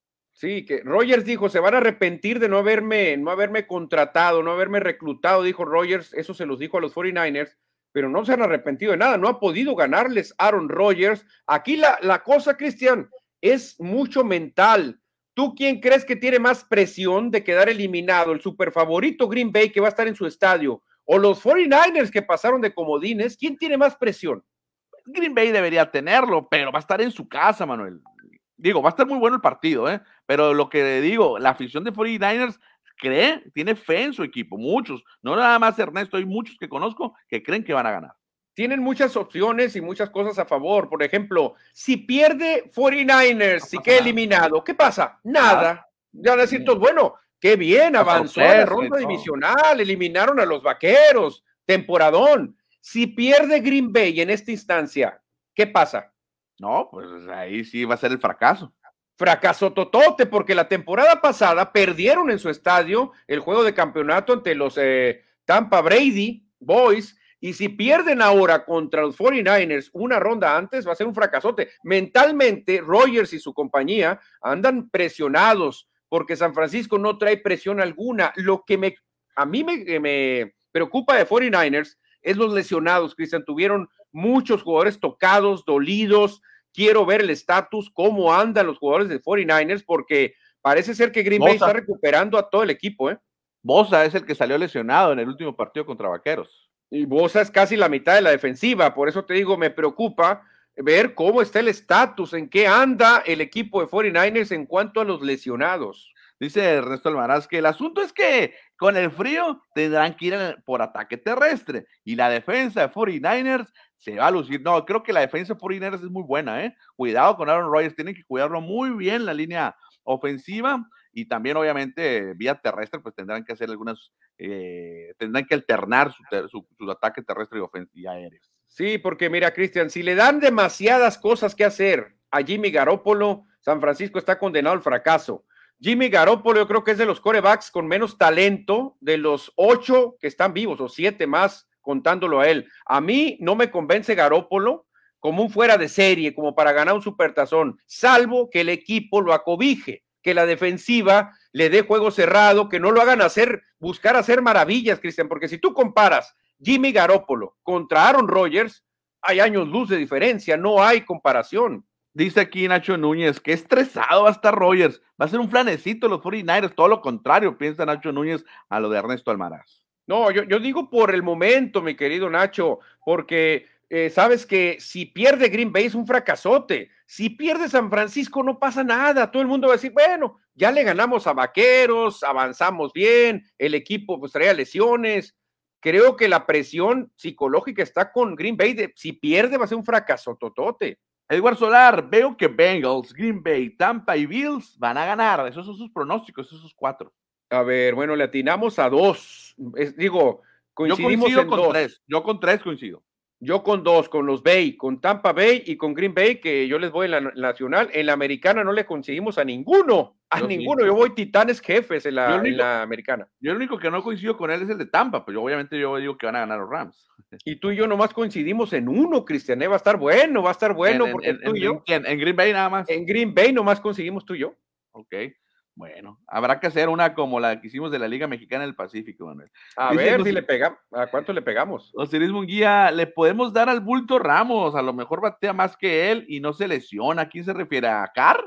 Speaker 2: Sí, que Rogers dijo, se van a arrepentir de no haberme, no haberme contratado, no haberme reclutado, dijo Rogers, eso se los dijo a los cuarenta y nueve ers, pero no se han arrepentido de nada, no ha podido ganarles Aaron Rodgers. Aquí la, la cosa, Cristian, es mucho mental. ¿Tú quién crees que tiene más presión de quedar eliminado? ¿El super favorito Green Bay, que va a estar en su estadio, o los cuarenta y nueve ers que pasaron de comodines? ¿Quién tiene más presión?
Speaker 1: Green Bay debería tenerlo, pero va a estar en su casa, Manuel. Digo, va a estar muy bueno el partido, ¿eh? Pero lo que digo, la afición de cuarenta y nueve ers cree, tiene fe en su equipo, muchos, no nada más Ernesto, hay muchos que conozco que creen que van a ganar.
Speaker 2: Tienen muchas opciones y muchas cosas a favor. Por ejemplo, si pierde cuarenta y nueve ers, no si queda nada. eliminado, ¿qué pasa? Nada. Ya van a decir todos, bueno, qué bien, avanzó a la ronda divisional, eliminaron a los Vaqueros, temporadón. Si pierde Green Bay en esta instancia, ¿qué pasa?
Speaker 1: No, pues ahí sí va a ser el fracaso.
Speaker 2: Fracaso totote, porque la temporada pasada perdieron en su estadio el juego de campeonato ante los eh, Tampa Brady Boys, y si pierden ahora contra los cuarenta y nueve ers una ronda antes, va a ser un fracasote. Mentalmente, Rogers y su compañía andan presionados, porque San Francisco no trae presión alguna. Lo que me, a mí me, me preocupa de cuarenta y nueve ers es los lesionados, Cristian. Tuvieron muchos jugadores tocados, dolidos. Quiero ver el estatus, cómo andan los jugadores de cuarenta y nueve ers, porque parece ser que Green Bay está recuperando a todo el equipo, ¿eh?
Speaker 1: Bosa es el que salió lesionado en el último partido contra Vaqueros.
Speaker 2: Y Bosa es casi la mitad de la defensiva, por eso te digo, me preocupa ver cómo está el estatus, en qué anda el equipo de cuarenta y nueve ers en cuanto a los lesionados.
Speaker 1: Dice Ernesto Almaraz que el asunto es que con el frío tendrán que ir por ataque terrestre y la defensa de cuarenta y nueve ers se va a lucir. No, creo que la defensa de cuarenta y nueve ers es muy buena, ¿eh? Cuidado con Aaron Rodgers, tienen que cuidarlo muy bien la línea ofensiva y también obviamente vía terrestre pues tendrán que hacer algunas, eh, tendrán que alternar su, ter, su, su ataque terrestre y, ofen- y aéreo.
Speaker 2: Sí, porque mira, Cristian, si le dan demasiadas cosas que hacer a Jimmy Garoppolo, San Francisco está condenado al fracaso. Jimmy Garoppolo yo creo que es de los quarterbacks con menos talento de los ocho que están vivos, o siete más contándolo a él. A mí no me convence Garoppolo como un fuera de serie, como para ganar un supertazón, salvo que el equipo lo acobije, que la defensiva le dé juego cerrado, que no lo hagan hacer, buscar hacer maravillas, Cristian, porque si tú comparas Jimmy Garoppolo contra Aaron Rodgers, hay años luz de diferencia, no hay comparación.
Speaker 1: Dice aquí Nacho Núñez que estresado va a estar Rodgers, va a ser un flanecito los cuarenta y nueve ers, todo lo contrario, piensa Nacho Núñez a lo de Ernesto Almaraz.
Speaker 2: No, yo, yo digo por el momento, mi querido Nacho, porque eh, sabes que si pierde Green Bay es un fracasote, si pierde San Francisco no pasa nada, todo el mundo va a decir, bueno, ya le ganamos a Vaqueros, avanzamos bien, el equipo pues traía lesiones. Creo que la presión psicológica está con Green Bay, de, si pierde va a ser un fracaso totote.
Speaker 1: Edward Solar, veo que Bengals, Green Bay, Tampa y Bills van a ganar, esos son sus pronósticos, esos cuatro.
Speaker 2: A ver, bueno, le atinamos a dos, es, digo, coincidimos
Speaker 1: yo
Speaker 2: en
Speaker 1: con
Speaker 2: dos.
Speaker 1: Tres. Yo con tres coincido.
Speaker 2: Yo con dos, con los Bay, con Tampa Bay y con Green Bay, que yo les voy en la nacional. En la americana no le conseguimos a ninguno, a yo ninguno. Sí. Yo voy Titanes jefes en la, único, en la americana.
Speaker 1: Yo el único que no coincido con él es el de Tampa, pero yo, obviamente yo digo que van a ganar los Rams.
Speaker 2: Y tú y yo nomás coincidimos en uno, Cristian, va a estar bueno, va a estar bueno.
Speaker 1: En,
Speaker 2: porque
Speaker 1: en,
Speaker 2: tú
Speaker 1: en,
Speaker 2: y yo,
Speaker 1: en, en Green Bay nada más.
Speaker 2: En Green Bay nomás conseguimos tú y yo.
Speaker 1: Ok. Bueno, habrá que hacer una como la que hicimos de la Liga Mexicana del Pacífico, Manuel.
Speaker 2: A Dice, ver si le pegamos, ¿a cuánto le pegamos?
Speaker 1: Osiris Munguía, le podemos dar al bulto Ramos, a lo mejor batea más que él y no se lesiona. ¿A quién se refiere? ¿A Carr?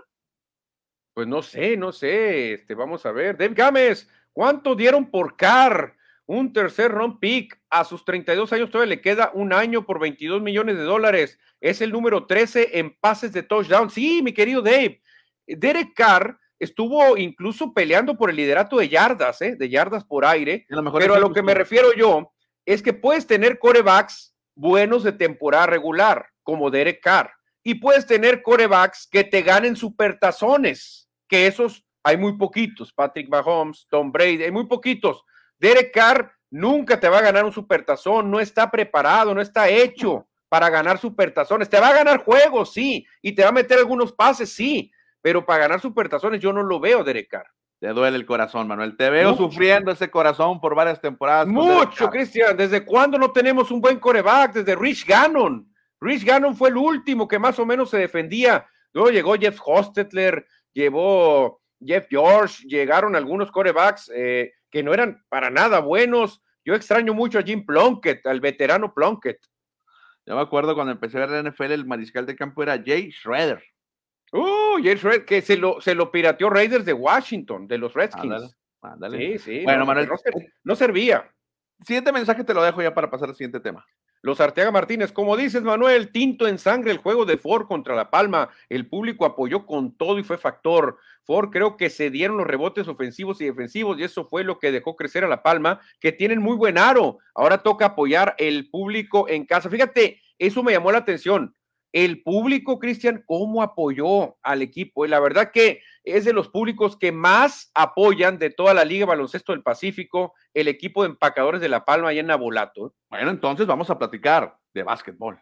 Speaker 2: Pues no sé, no sé, este, vamos a ver. Dave Gámez, ¿cuánto dieron por Carr? Un tercer round pick, a sus treinta y dos años todavía le queda un año por veintidós millones de dólares. Es el número trece en pases de touchdown. Sí, mi querido Dave, Derek Carr estuvo incluso peleando por el liderato de yardas, ¿eh? de yardas por aire, a pero a lo que me refiero yo es que puedes tener quarterbacks buenos de temporada regular, como Derek Carr, y puedes tener quarterbacks que te ganen supertazones, que esos hay muy poquitos, Patrick Mahomes, Tom Brady, hay muy poquitos. Derek Carr nunca te va a ganar un supertazón, no está preparado, no está hecho para ganar supertazones, te va a ganar juegos, sí, y te va a meter algunos pases, sí, pero para ganar supertazones yo no lo veo, Derek Carr.
Speaker 1: Te duele el corazón, Manuel. Te veo
Speaker 2: Mucho.
Speaker 1: sufriendo ese corazón por varias temporadas.
Speaker 2: Mucho, Cristian. ¿Desde cuándo no tenemos un buen quarterback? Desde Rich Gannon. Rich Gannon fue el último que más o menos se defendía. Luego llegó Jeff Hostetler, llevó Jeff George, llegaron algunos quarterbacks eh, que no eran para nada buenos. Yo extraño mucho a Jim Plunkett, al veterano Plunkett.
Speaker 1: Yo me acuerdo cuando empecé a ver la N F L, el mariscal de campo era Jay Schroeder.
Speaker 2: Uh, Jay Schroeder, que se lo, se lo pirateó Raiders de Washington, de los Redskins.
Speaker 1: Ándale, ándale.
Speaker 2: Sí, sí.
Speaker 1: Bueno,
Speaker 2: no,
Speaker 1: Manuel,
Speaker 2: no, no servía.
Speaker 1: Siguiente mensaje te lo dejo ya para pasar al siguiente tema.
Speaker 2: Los Arteaga Martínez, como dices, Manuel, tinto en sangre el juego de Ford contra La Palma. El público apoyó con todo y fue factor. Ford creo que se dieron los rebotes ofensivos y defensivos y eso fue lo que dejó crecer a La Palma, que tienen muy buen aro. Ahora toca apoyar el público en casa. Fíjate, eso me llamó la atención. El público, Cristian, cómo apoyó al equipo. Y la verdad que es de los públicos que más apoyan de toda la Liga Baloncesto del Pacífico, el equipo de empacadores de La Palma allá en Navolato.
Speaker 1: Bueno, entonces vamos a platicar de básquetbol.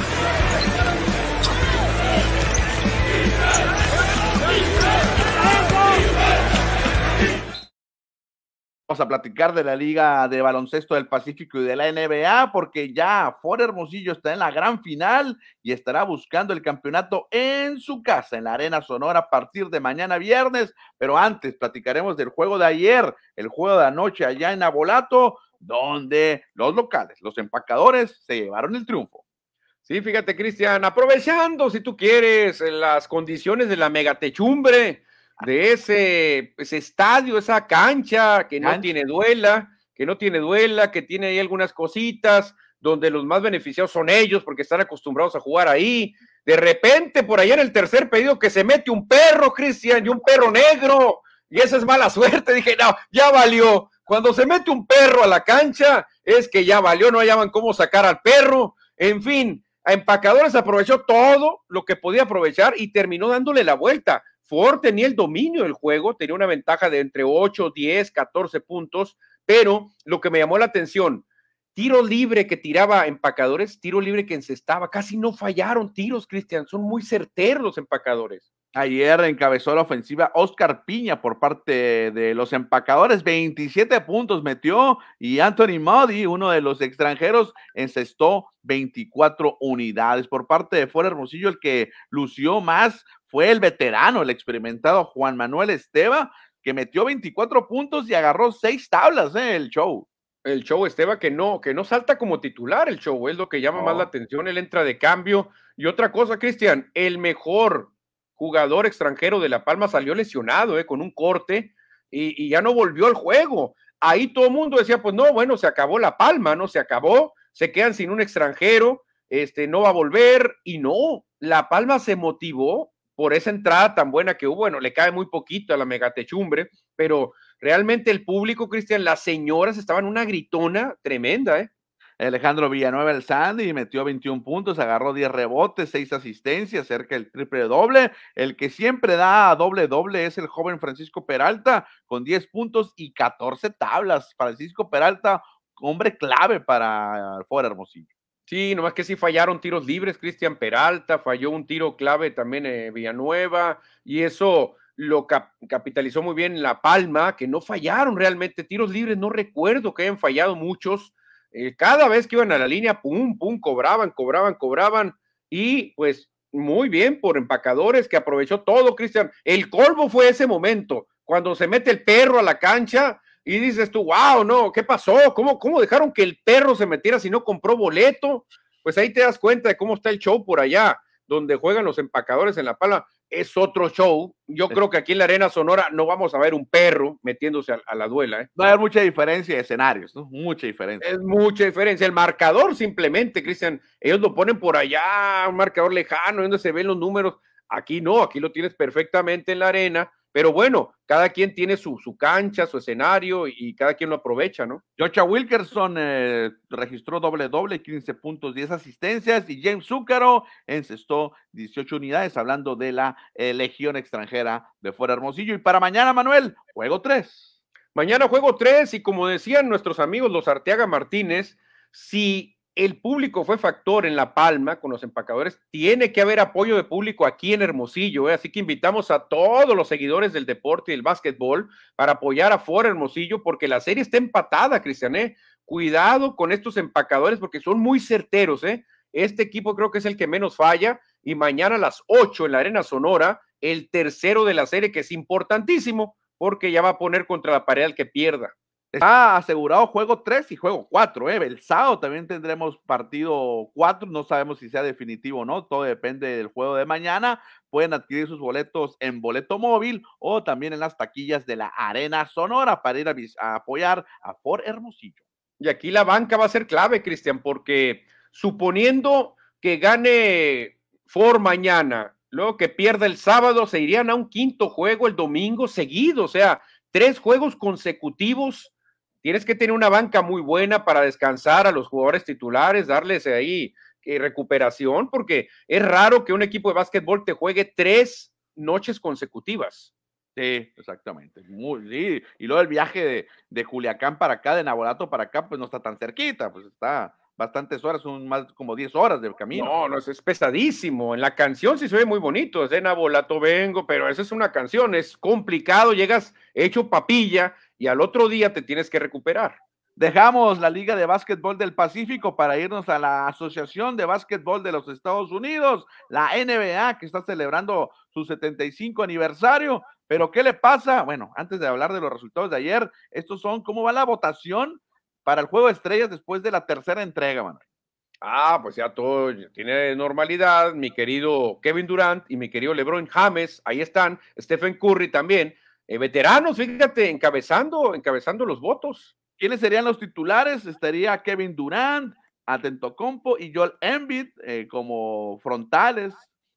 Speaker 1: Vamos a platicar de la Liga de Baloncesto del Pacífico y de la N B A porque ya Ford Hermosillo está en la gran final y estará buscando el campeonato en su casa, en la Arena Sonora a partir de mañana viernes, pero antes platicaremos del juego de ayer, el juego de anoche allá en Navolato, donde los locales, los empacadores, se llevaron el triunfo.
Speaker 2: Sí, fíjate, Cristian, aprovechando, si tú quieres, las condiciones de la megatechumbre, de ese, ese estadio, esa cancha que no ¿Cancha? tiene duela, que no tiene duela, que tiene ahí algunas cositas, donde los más beneficiados son ellos, porque están acostumbrados a jugar ahí. De repente, por allá en el tercer pedido, que se mete un perro, Cristian, y un perro negro, y esa es mala suerte. Dije, no, ya valió. Cuando se mete un perro a la cancha, es que ya valió, no hallaban cómo sacar al perro. En fin, a Empacadores aprovechó todo lo que podía aprovechar y terminó dándole la vuelta. Ford tenía el dominio del juego, tenía una ventaja de entre ocho, diez, catorce puntos, pero lo que me llamó la atención, tiro libre que tiraba Empacadores, tiro libre que encestaba, casi no fallaron tiros, Cristian, son muy certeros los Empacadores.
Speaker 1: Ayer encabezó la ofensiva Oscar Piña por parte de los Empacadores, veintisiete puntos metió, y Anthony Muddy, uno de los extranjeros, encestó veinticuatro unidades. Por parte de Ford Hermosillo, el que lució más fue el veterano, el experimentado Juan Manuel Esteva, que metió veinticuatro puntos y agarró seis tablas, eh, el show.
Speaker 2: El show, Esteva, que no, que no salta como titular el show, es lo que llama oh. más la atención, él entra de cambio. Y otra cosa, Cristian, el mejor jugador extranjero de La Palma salió lesionado, eh, con un corte, y, y ya no volvió al juego. Ahí todo el mundo decía, pues no, bueno, se acabó La Palma, ¿no? Se acabó, se quedan sin un extranjero, este, no va a volver, y no, La Palma se motivó por esa entrada tan buena que hubo. Bueno, le cae muy poquito a la megatechumbre, pero realmente el público, Cristian, las señoras estaban una gritona tremenda, ¿eh?
Speaker 1: Alejandro Villanueva, el Sandy, metió veintiún puntos, agarró diez rebotes, seis asistencias, cerca del triple doble. El que siempre da doble doble es el joven Francisco Peralta, con diez puntos y catorce tablas. Francisco Peralta, hombre clave para Ford Hermosillo.
Speaker 2: Sí, nomás que sí fallaron tiros libres, Cristian Peralta, falló un tiro clave también eh, Villanueva, y eso lo cap capitalizó muy bien La Palma, que no fallaron realmente tiros libres, no recuerdo que hayan fallado muchos. Eh, cada vez que iban a la línea, pum, pum, cobraban, cobraban, cobraban, y pues muy bien por Empacadores, que aprovechó todo, Cristian. El colmo fue ese momento, cuando se mete el perro a la cancha, y dices tú, wow, no, ¿qué pasó? ¿Cómo, cómo dejaron que el perro se metiera si no compró boleto? Pues ahí te das cuenta de cómo está el show por allá, donde juegan los Empacadores en La Palma. Es otro show. Yo creo que aquí en la Arena Sonora no vamos a ver un perro metiéndose a, a la duela, ¿eh?
Speaker 1: Va a haber mucha diferencia de escenarios, ¿no? Mucha diferencia.
Speaker 2: Es mucha diferencia. El marcador simplemente, Cristian, ellos lo ponen por allá, un marcador lejano, donde se ven los números. Aquí no, aquí lo tienes perfectamente en la arena, pero bueno, cada quien tiene su, su cancha, su escenario, y, y cada quien lo aprovecha, ¿no?
Speaker 1: Joshua Wilkerson eh, registró doble doble, quince puntos, diez asistencias, y James Zúcaro encestó dieciocho unidades, hablando de la eh, legión extranjera de Ford Hermosillo. Y para mañana, Manuel, juego tres.
Speaker 2: Mañana juego tres, y como decían nuestros amigos los Arteaga Martínez, si el público fue factor en La Palma con los Empacadores, tiene que haber apoyo de público aquí en Hermosillo, ¿eh? Así que invitamos a todos los seguidores del deporte y del básquetbol para apoyar a Ford Hermosillo, porque la serie está empatada, Cristian, ¿eh? Cuidado con estos Empacadores porque son muy certeros, ¿eh? Este equipo creo que es el que menos falla, y mañana a las ocho en la Arena Sonora, el tercero de la serie, que es importantísimo, porque ya va a poner contra la pared al que pierda.
Speaker 1: Está asegurado juego tres y juego cuatro, ¿eh? El sábado también tendremos partido cuatro, no sabemos si sea definitivo o no, todo depende del juego de mañana. Pueden adquirir sus boletos en Boleto Móvil o también en las taquillas de la Arena Sonora para ir a, a apoyar a Ford Hermosillo.
Speaker 2: Y aquí la banca va a ser clave, Cristian, porque suponiendo que gane Ford mañana, luego que pierda el sábado, se irían a un quinto juego el domingo seguido, o sea, tres juegos consecutivos. Tienes que tener una banca muy buena para descansar a los jugadores titulares, darles ahí eh, recuperación, porque es raro que un equipo de básquetbol te juegue tres noches consecutivas.
Speaker 1: Sí, exactamente. Muy, sí. Y luego el viaje de, de Culiacán para acá, de Navolato para acá, pues no está tan cerquita, pues está bastantes horas, son más como diez horas de camino.
Speaker 2: No, no, es pesadísimo. En la canción sí se ve muy bonito, es de Navolato vengo, pero esa es una canción, es complicado, llegas hecho papilla y al otro día te tienes que recuperar.
Speaker 1: Dejamos la Liga de Básquetbol del Pacífico para irnos a la Asociación de Básquetbol de los Estados Unidos, la N B A, que está celebrando su setenta y cinco aniversario. Pero ¿qué le pasa? Bueno, antes de hablar de los resultados de ayer, estos son cómo va la votación para el Juego de Estrellas después de la tercera entrega, Manuel.
Speaker 2: Ah, pues ya todo tiene normalidad. Mi querido Kevin Durant y mi querido LeBron James, ahí están. Stephen Curry también. Eh, veteranos, fíjate, encabezando, encabezando los votos.
Speaker 1: ¿Quiénes serían los titulares? Estaría Kevin Durant, Antetokounmpo y Joel Embiid eh, como frontales.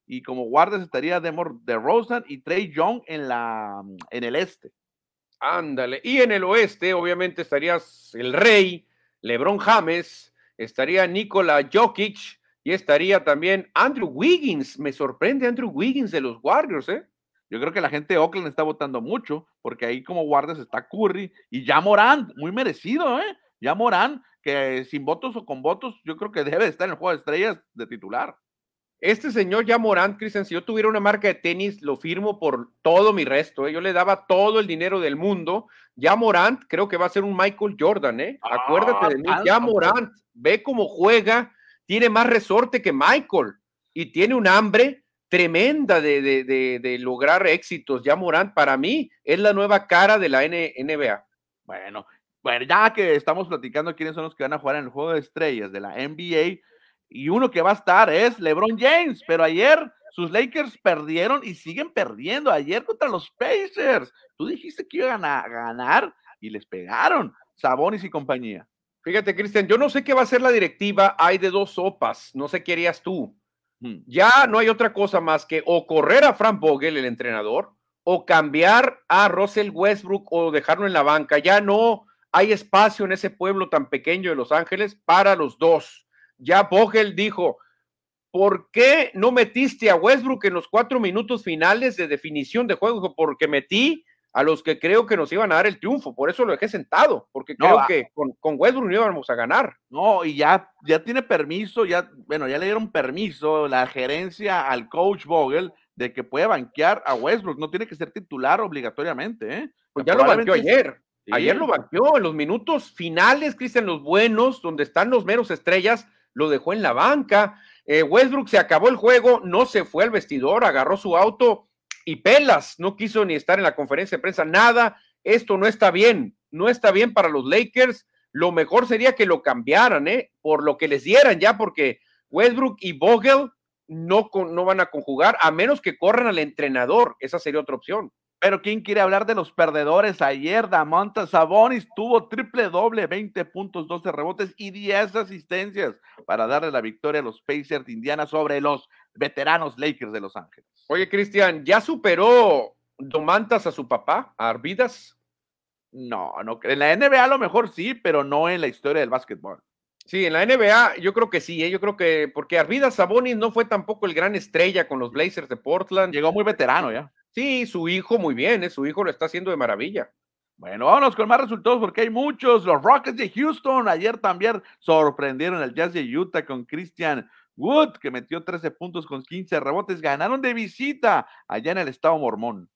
Speaker 1: y como guardas estaría DeMar DeRozan y Trae Young en, la, en el este.
Speaker 2: Ándale, y en el oeste obviamente estarías el Rey, LeBron James, estaría Nikola Jokic y estaría también Andrew Wiggins. Me sorprende Andrew Wiggins de los Warriors, ¿eh?
Speaker 1: Yo creo que la gente de Oakland está votando mucho, porque ahí como guardas está Curry y ya Morant, muy merecido, ¿eh? Ya Morant, que sin votos o con votos, yo creo que debe estar en el juego de estrellas de titular.
Speaker 2: Este señor ya Morant, Cristian, si yo tuviera una marca de tenis, lo firmo por todo mi resto, ¿eh? Yo le daba todo el dinero del mundo. Ya Morant creo que va a ser un Michael Jordan, ¿eh? Ah, acuérdate de mí, ya Morant, ve cómo juega, tiene más resorte que Michael y tiene un hambre tremenda de, de, de, de lograr éxitos. Ya Morant, para mí, es la nueva cara de la N B A.
Speaker 1: Bueno, bueno, ya que estamos platicando quiénes son los que van a jugar en el juego de estrellas de la N B A, y uno que va a estar es LeBron James, pero ayer sus Lakers perdieron y siguen perdiendo. Ayer contra los Pacers, tú dijiste que iban a ganar y les pegaron Sabonis y compañía.
Speaker 2: Fíjate, Cristian, yo no sé qué va a hacer la directiva, hay de dos sopas, no sé qué harías tú. Hmm. Ya no hay otra cosa más que o correr a Frank Vogel, el entrenador, o cambiar a Russell Westbrook o dejarlo en la banca. Ya no hay espacio en ese pueblo tan pequeño de Los Ángeles para los dos. Ya Vogel dijo, ¿por qué no metiste a Westbrook en los cuatro minutos finales de definición de juego? Porque metí a los que creo que nos iban a dar el triunfo, por eso lo dejé sentado, porque no, creo ah, que con, con Westbrook no íbamos a ganar.
Speaker 1: No, y ya, ya tiene permiso, ya, bueno, ya le dieron permiso la gerencia al coach Vogel de que puede banquear a Westbrook, no tiene que ser titular obligatoriamente, ¿eh?
Speaker 2: Pues ya lo banqueó ayer. Sí. Ayer lo banqueó en los minutos finales, Cristian, los buenos, donde están los meros estrellas, lo dejó en la banca. Eh, Westbrook se acabó el juego, no se fue al vestidor, agarró su auto y pelas, no quiso ni estar en la conferencia de prensa, nada. Esto no está bien, no está bien para los Lakers. Lo mejor sería que lo cambiaran, ¿eh? Por lo que les dieran ya, porque Westbrook y Vogel no, no van a conjugar, a menos que corran al entrenador. Esa sería otra opción.
Speaker 1: Pero ¿quién quiere hablar de los perdedores? Ayer Domantas Sabonis tuvo triple doble, veinte puntos, doce rebotes y diez asistencias para darle la victoria a los Pacers de Indiana sobre los veteranos Lakers de Los Ángeles.
Speaker 2: Oye, Cristian, ¿ya superó Domantas a su papá, a Arvidas?
Speaker 1: No, no, en la N B A a lo mejor sí, pero no en la historia del básquetbol.
Speaker 2: Sí, en la N B A yo creo que sí, ¿eh? Yo creo que, porque Arvidas Sabonis no fue tampoco el gran estrella con los Blazers de Portland.
Speaker 1: Llegó muy veterano ya.
Speaker 2: Sí, su hijo muy bien, ¿eh? Su hijo lo está haciendo de maravilla.
Speaker 1: Bueno, vámonos con más resultados porque hay muchos. Los Rockets de Houston ayer también sorprendieron al Jazz de Utah con Christian Wood, que metió trece puntos con quince rebotes. Ganaron de visita allá en el estado mormón.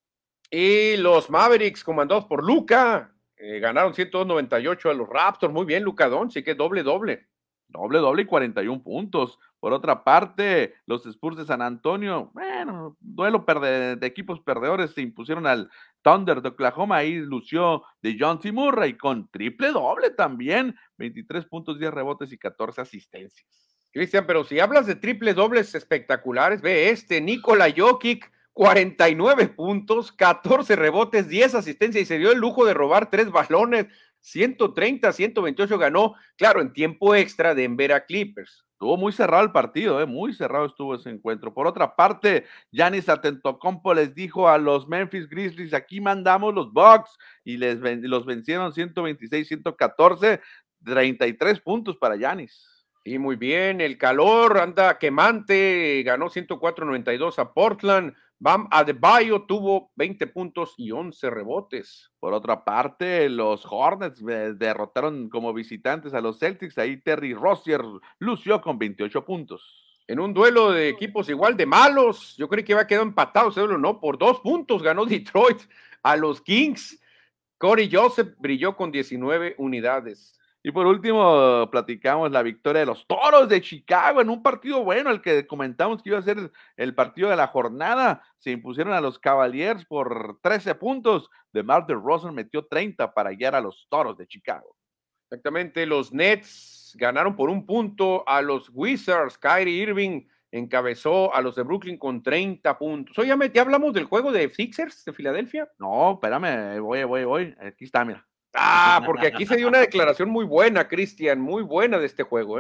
Speaker 2: Y los Mavericks, comandados por Luka, eh, ganaron ciento noventa y ocho a los Raptors. Muy bien, Luka Doncic, que doble, doble.
Speaker 1: Doble, doble y cuarenta y un puntos. Por otra parte, los Spurs de San Antonio, bueno, duelo perde, de equipos perdedores, se impusieron al Thunder de Oklahoma. Ahí lució de John T. Murray con triple doble también, veintitrés puntos, diez rebotes y catorce asistencias.
Speaker 2: Cristian, pero si hablas de triple dobles espectaculares, ve este, Nikola Jokic, cuarenta y nueve puntos, catorce rebotes, diez asistencias y se dio el lujo de robar tres balones. ciento treinta, ciento veintiocho ganó, claro, en tiempo extra Denver a Clippers.
Speaker 1: Estuvo muy cerrado el partido, ¿eh? Muy cerrado estuvo ese encuentro. Por otra parte, Giannis Antetokounmpo les dijo a los Memphis Grizzlies, aquí mandamos los Bucks, y les ven, los vencieron ciento veintiséis, ciento catorce, treinta y tres puntos para Giannis.
Speaker 2: Y muy bien, el calor anda quemante, ganó ciento cuatro noventa y dos a Portland. Bam Adebayo tuvo veinte puntos y once rebotes.
Speaker 1: Por otra parte, los Hornets derrotaron como visitantes a los Celtics. Ahí Terry Rozier lució con veintiocho puntos.
Speaker 2: En un duelo de equipos igual de malos, yo creí que iba a quedar empatado, ese duelo no, por dos puntos ganó Detroit a los Kings. Corey Joseph brilló con diecinueve unidades.
Speaker 1: Y por último, platicamos la victoria de los Toros de Chicago en un partido bueno, el que comentamos que iba a ser el partido de la jornada. Se impusieron a los Cavaliers por trece puntos. DeMar DeRozan metió treinta para guiar a los Toros de Chicago.
Speaker 2: Exactamente, los Nets ganaron por un punto a los Wizards. Kyrie Irving encabezó a los de Brooklyn con treinta puntos. Oye, ¿ya, ¿ya hablamos del juego de Sixers de Filadelfia?
Speaker 1: No, espérame, voy, voy, voy. Aquí está, mira.
Speaker 2: Ah, porque aquí se dio una declaración muy buena, Cristian, muy buena de este juego, ¿eh?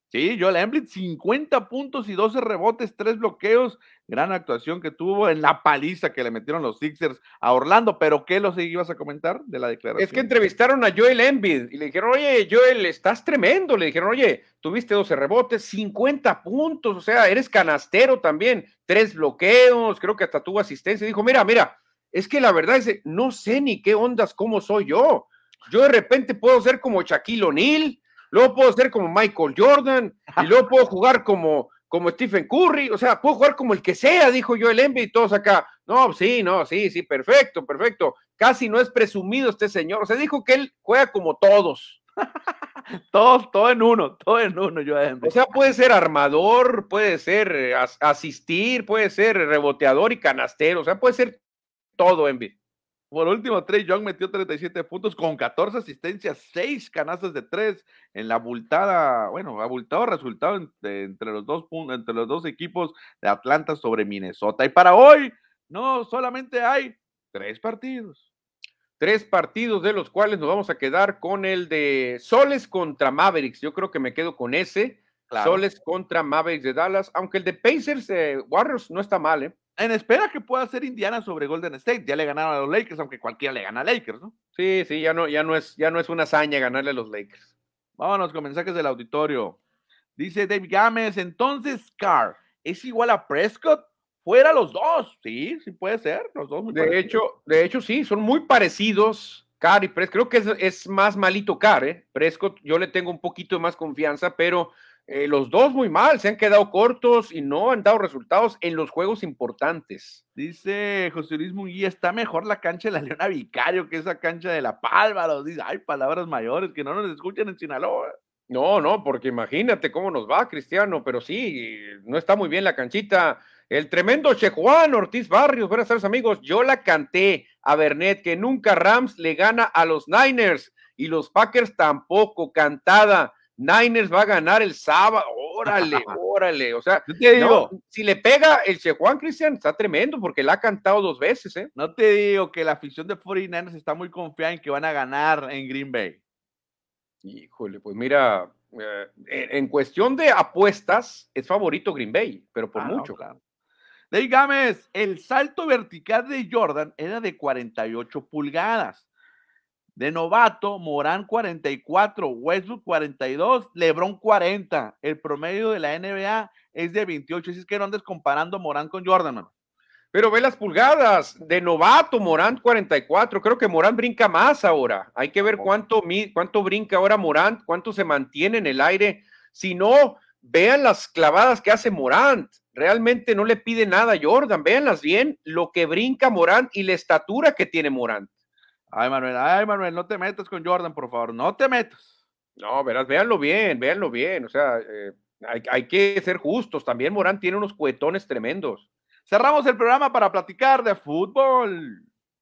Speaker 1: Sí, Joel Embiid, cincuenta puntos y doce rebotes, tres bloqueos. Gran actuación que tuvo en la paliza que le metieron los Sixers a Orlando. ¿Pero qué lo ibas a comentar de la declaración?
Speaker 2: Es que entrevistaron a Joel Embiid y le dijeron, oye, Joel, estás tremendo. Le dijeron, oye, tuviste doce rebotes, cincuenta puntos, o sea, eres canastero también, tres bloqueos, creo que hasta tuvo asistencia. Y dijo, mira, mira, es que la verdad es que no sé ni qué ondas, cómo soy yo. Yo de repente puedo ser como Shaquille O'Neal, luego puedo ser como Michael Jordan, y luego puedo jugar como, como Stephen Curry, o sea, puedo jugar como el que sea, dijo Joel Embiid, y todos acá, no, sí, no, sí, sí, perfecto, perfecto, casi no es presumido este señor, o sea, dijo que él juega como todos.
Speaker 1: Todos, todo en uno, todo en uno, Joel Embiid.
Speaker 2: O sea, puede ser armador, puede ser as asistir, puede ser reboteador y canastero, o sea, puede ser todo Embiid.
Speaker 1: Por último, Trae Young metió treinta y siete puntos con catorce asistencias, seis canastas de tres en la abultada, bueno, abultado resultado entre, entre, los dos, entre los dos equipos de Atlanta sobre Minnesota. Y para hoy, no solamente hay tres partidos.
Speaker 2: Tres partidos de los cuales nos vamos a quedar con el de Soles contra Mavericks. Yo creo que me quedo con ese. Claro. Soles contra Mavericks de Dallas, aunque el de Pacers eh, Warriors no está mal, ¿eh?
Speaker 1: En espera que pueda ser Indiana sobre Golden State. Ya le ganaron a los Lakers, aunque cualquiera le gana a Lakers, ¿no?
Speaker 2: Sí, sí, ya no, ya no es, ya no es una hazaña ganarle a los Lakers.
Speaker 1: Vámonos con mensajes del auditorio. Dice Dave Gámez, entonces Carr es igual a Prescott. Fuera los dos, sí, sí puede ser, los dos muy
Speaker 2: de
Speaker 1: parecidos.
Speaker 2: hecho, de hecho sí, son muy parecidos Carr y Prescott, creo que es, es más malito Carr, ¿eh? Prescott yo le tengo un poquito de más confianza, pero eh, los dos muy mal, se han quedado cortos y no han dado resultados en los juegos importantes.
Speaker 1: Dice José Luis Munguía, está mejor la cancha de la Leona Vicario que esa cancha de la Pálvaro, dice, ay, palabras mayores que no nos escuchan en Sinaloa.
Speaker 2: No, no, porque imagínate cómo nos va, Cristiano, pero sí, no está muy bien la canchita. El tremendo Che Juan Ortiz Barrios, buenas tardes amigos, yo la canté a Bernet que nunca Rams le gana a los Niners y los Packers tampoco, cantada, Niners va a ganar el sábado, órale, órale, o sea,
Speaker 1: yo te digo,
Speaker 2: no, si le pega el Che Juan, Cristian, está tremendo porque la ha cantado dos veces, ¿eh?
Speaker 1: No te digo que la afición de cuarenta y nueve ers está muy confiada en que van a ganar en Green Bay.
Speaker 2: Híjole, pues mira, eh, en cuestión de apuestas, es favorito Green Bay, pero por ah, mucho. No, claro.
Speaker 1: Dave Gámez, el salto vertical de Jordan era de cuarenta y ocho pulgadas. De novato, Morán cuarenta y cuatro, Westbrook cuarenta y dos, LeBron cuarenta. El promedio de la N B A es de veintiocho. Así es que no andes comparando Morán con Jordan, man.
Speaker 2: Pero ve las pulgadas, de novato, Morán cuarenta y cuatro, creo que Morán brinca más ahora, hay que ver cuánto, cuánto brinca ahora Morán, cuánto se mantiene en el aire, si no, vean las clavadas que hace Morán, realmente no le pide nada a Jordan, véanlas bien, lo que brinca Morán y la estatura que tiene Morán.
Speaker 1: Ay, Manuel, ay, Manuel, no te metas con Jordan, por favor, no te metas.
Speaker 2: No, verás, véanlo bien, véanlo bien, o sea, eh, hay, hay que ser justos, también Morán tiene unos cuetones tremendos.
Speaker 1: Cerramos el programa para platicar de fútbol.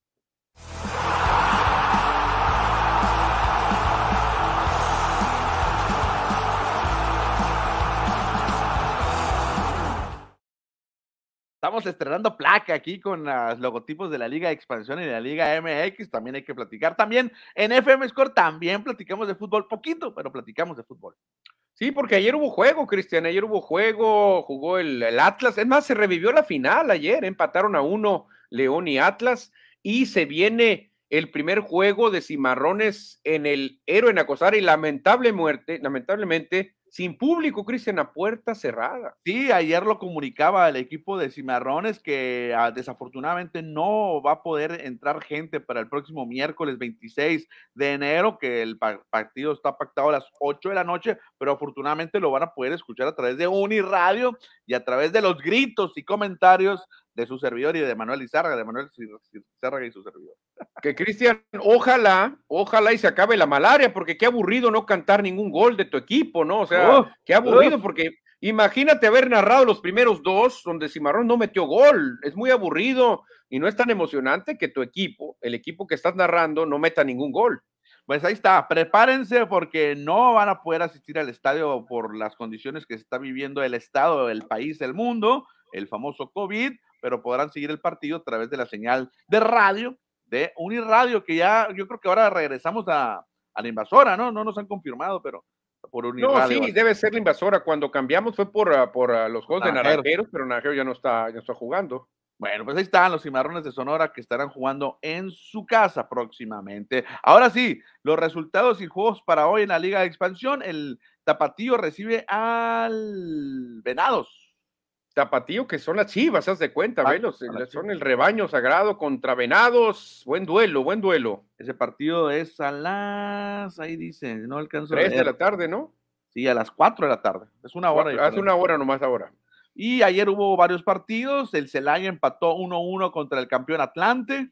Speaker 1: Estamos estrenando placa aquí con los logotipos de la Liga de Expansión y de la Liga M X, también hay que platicar. También en F M Score también platicamos de fútbol, poquito, pero platicamos de fútbol.
Speaker 2: Sí, porque ayer hubo juego, Cristian, ayer hubo juego, jugó el, el Atlas, es más, se revivió la final ayer, empataron a uno León y Atlas, y se viene el primer juego de Cimarrones en el Héroe Nacosari, y lamentable muerte, lamentablemente, sin público, Cristian, a puerta cerrada.
Speaker 1: Sí, ayer lo comunicaba el equipo de Cimarrones que uh, desafortunadamente no va a poder entrar gente para el próximo miércoles veintiséis de enero, que el pa partido está pactado a las ocho de la noche, pero afortunadamente lo van a poder escuchar a través de Uniradio y a través de los gritos y comentarios de su servidor y de Manuel Izárraga, de Manuel Izárraga y su servidor.
Speaker 2: Que Cristian, ojalá, ojalá y se acabe la malaria, porque qué aburrido no cantar ningún gol de tu equipo, ¿no? O sea, oh, qué aburrido, oh. porque imagínate haber narrado los primeros dos donde Cimarrón no metió gol, es muy aburrido y no es tan emocionante que tu equipo, el equipo que estás narrando, no meta ningún gol.
Speaker 1: Pues ahí está, prepárense porque no van a poder asistir al estadio por las condiciones que se está viviendo el estado, el país, el mundo, el famoso COVID, pero podrán seguir el partido a través de la señal de radio de Uniradio, que ya yo creo que ahora regresamos a, a la invasora, ¿no? No nos han confirmado, pero por un
Speaker 2: No, sí, debe ser la invasora. Cuando cambiamos fue por, uh, por uh, los juegos Naranjeros. de Naranjeros, pero Naranjero ya no está, ya no está jugando.
Speaker 1: Bueno, pues ahí están los Cimarrones de Sonora que estarán jugando en su casa próximamente. Ahora sí, los resultados y juegos para hoy en la Liga de Expansión. El Tapatío recibe al Venados.
Speaker 2: Tapatío, que son las Chivas, haz de cuenta, ah, velos, son el rebaño sagrado contra Venados. Buen duelo, buen duelo.
Speaker 1: Ese partido es a las, ahí dice, no alcanzo
Speaker 2: a ver. tres de la tarde, ¿no?
Speaker 1: Sí, a las cuatro de la tarde. Es una hora.
Speaker 2: Hace una hora nomás ahora.
Speaker 1: Y ayer hubo varios partidos. El Celaya empató uno uno contra el campeón Atlante.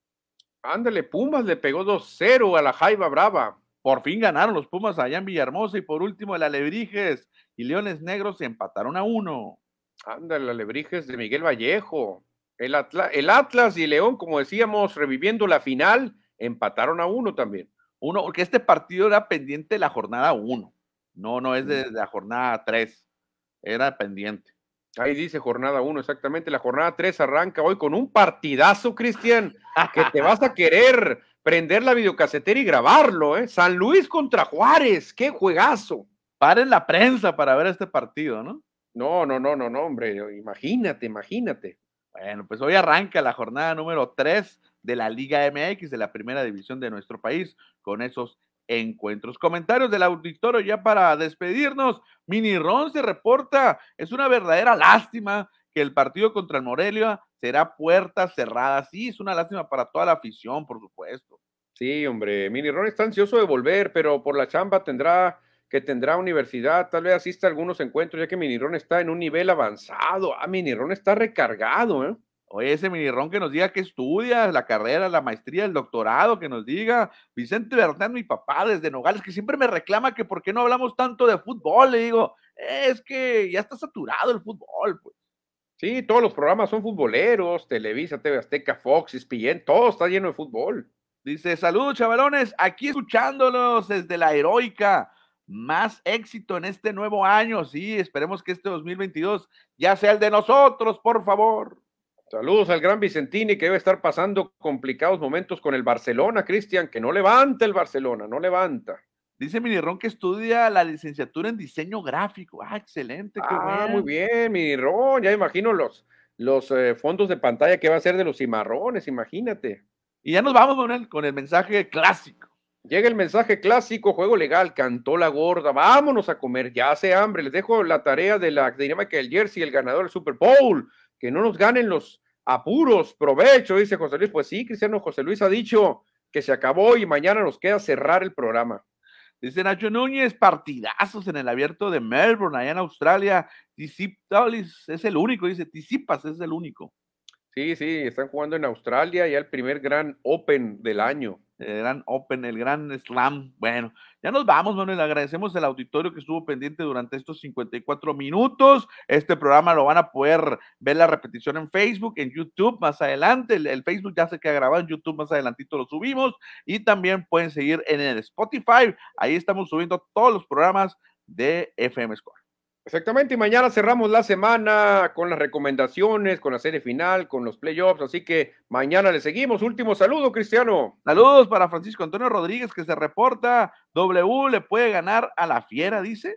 Speaker 2: Ándale, Pumas le pegó dos cero a la Jaiba Brava.
Speaker 1: Por fin ganaron los Pumas allá en Villahermosa. Y por último, el Alebrijes y Leones Negros se empataron a uno.
Speaker 2: Ándale, el Alebrijes de Miguel Vallejo. El, Atla el Atlas y León, como decíamos, reviviendo la final, empataron a uno también.
Speaker 1: Uno, porque este partido era pendiente de la jornada uno. No, no es de, de la jornada tres. Era pendiente.
Speaker 2: Ahí dice jornada uno, exactamente. La jornada tres arranca hoy con un partidazo, Cristian, que te vas a querer prender la videocasetera y grabarlo, ¿eh? San Luis contra Juárez, qué juegazo.
Speaker 1: Paren la prensa para ver este partido, ¿no?
Speaker 2: No, no, no, no, no, hombre, imagínate, imagínate.
Speaker 1: Bueno, pues hoy arranca la jornada número tres de la Liga M X, de la primera división de nuestro país, con esos encuentros. Comentarios del auditorio ya para despedirnos. Mini Ron se reporta, es una verdadera lástima que el partido contra el Morelia será puertas cerradas. Sí, es una lástima para toda la afición, por supuesto.
Speaker 2: Sí, hombre, Mini Ron está ansioso de volver, pero por la chamba tendrá que tendrá universidad, tal vez asista a algunos encuentros, ya que Mini Ron está en un nivel avanzado. Ah, Mini Ron está recargado, ¿eh?
Speaker 1: Oye, ese Minirrón que nos diga que estudia, la carrera, la maestría, el doctorado, que nos diga. Vicente Bernal, mi papá, desde Nogales, que siempre me reclama que por qué no hablamos tanto de fútbol. Le digo, es que ya está saturado el fútbol, pues.
Speaker 2: Sí, todos los programas son futboleros, Televisa, T V Azteca, Fox, E S P N, todo está lleno de fútbol.
Speaker 1: Dice, saludos chavalones, aquí escuchándolos desde la heroica. Más éxito en este nuevo año, sí, esperemos que este dos mil veintidós ya sea el de nosotros, por favor.
Speaker 2: Saludos al gran Vicentini, que debe estar pasando complicados momentos con el Barcelona, Cristian, que no levanta el Barcelona, no levanta.
Speaker 1: Dice Minirrón que estudia la licenciatura en diseño gráfico. Ah, excelente, qué
Speaker 2: ah,
Speaker 1: bueno.
Speaker 2: Muy bien, Minirrón, ya imagino los, los eh, fondos de pantalla que va a ser de los cimarrones, imagínate.
Speaker 1: Y ya nos vamos con el, con el mensaje clásico.
Speaker 2: Llega el mensaje clásico, juego legal, cantó la gorda, vámonos a comer, ya hace hambre, les dejo la tarea de la dinámica del Jersey, el ganador del Super Bowl, que no nos ganen los apuros, provecho, dice José Luis. Pues sí, Cristiano, José Luis ha dicho que se acabó y mañana nos queda cerrar el programa.
Speaker 1: Dice Nacho Núñez, partidazos en el abierto de Melbourne, allá en Australia. Tsitsipas es el único, dice, Tsitsipas es el único.
Speaker 2: Sí, sí, están jugando en Australia, ya el primer gran Open del año.
Speaker 1: El gran Open, el gran Slam. Bueno, ya nos vamos, Manuel. Le agradecemos al auditorio que estuvo pendiente durante estos cincuenta y cuatro minutos. Este programa lo van a poder ver la repetición en Facebook, en YouTube más adelante. El, el Facebook ya se queda grabado, en YouTube más adelantito lo subimos. Y también pueden seguir en el Spotify. Ahí estamos subiendo todos los programas de F M Score.
Speaker 2: Exactamente, y mañana cerramos la semana con las recomendaciones, con la serie final, con los playoffs, así que mañana le seguimos. Último saludo, Cristiano.
Speaker 1: Saludos para Francisco Antonio Rodríguez, que se reporta. W le puede ganar a la Fiera, dice.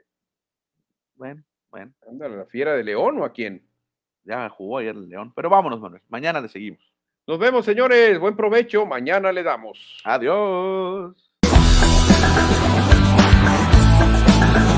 Speaker 1: Bueno, bueno.
Speaker 2: Ándale, ¿la Fiera de León o a quién?
Speaker 1: Ya jugó ayer el León, pero vámonos, Manuel. Mañana le seguimos.
Speaker 2: Nos vemos, señores. Buen provecho. Mañana le damos.
Speaker 1: Adiós.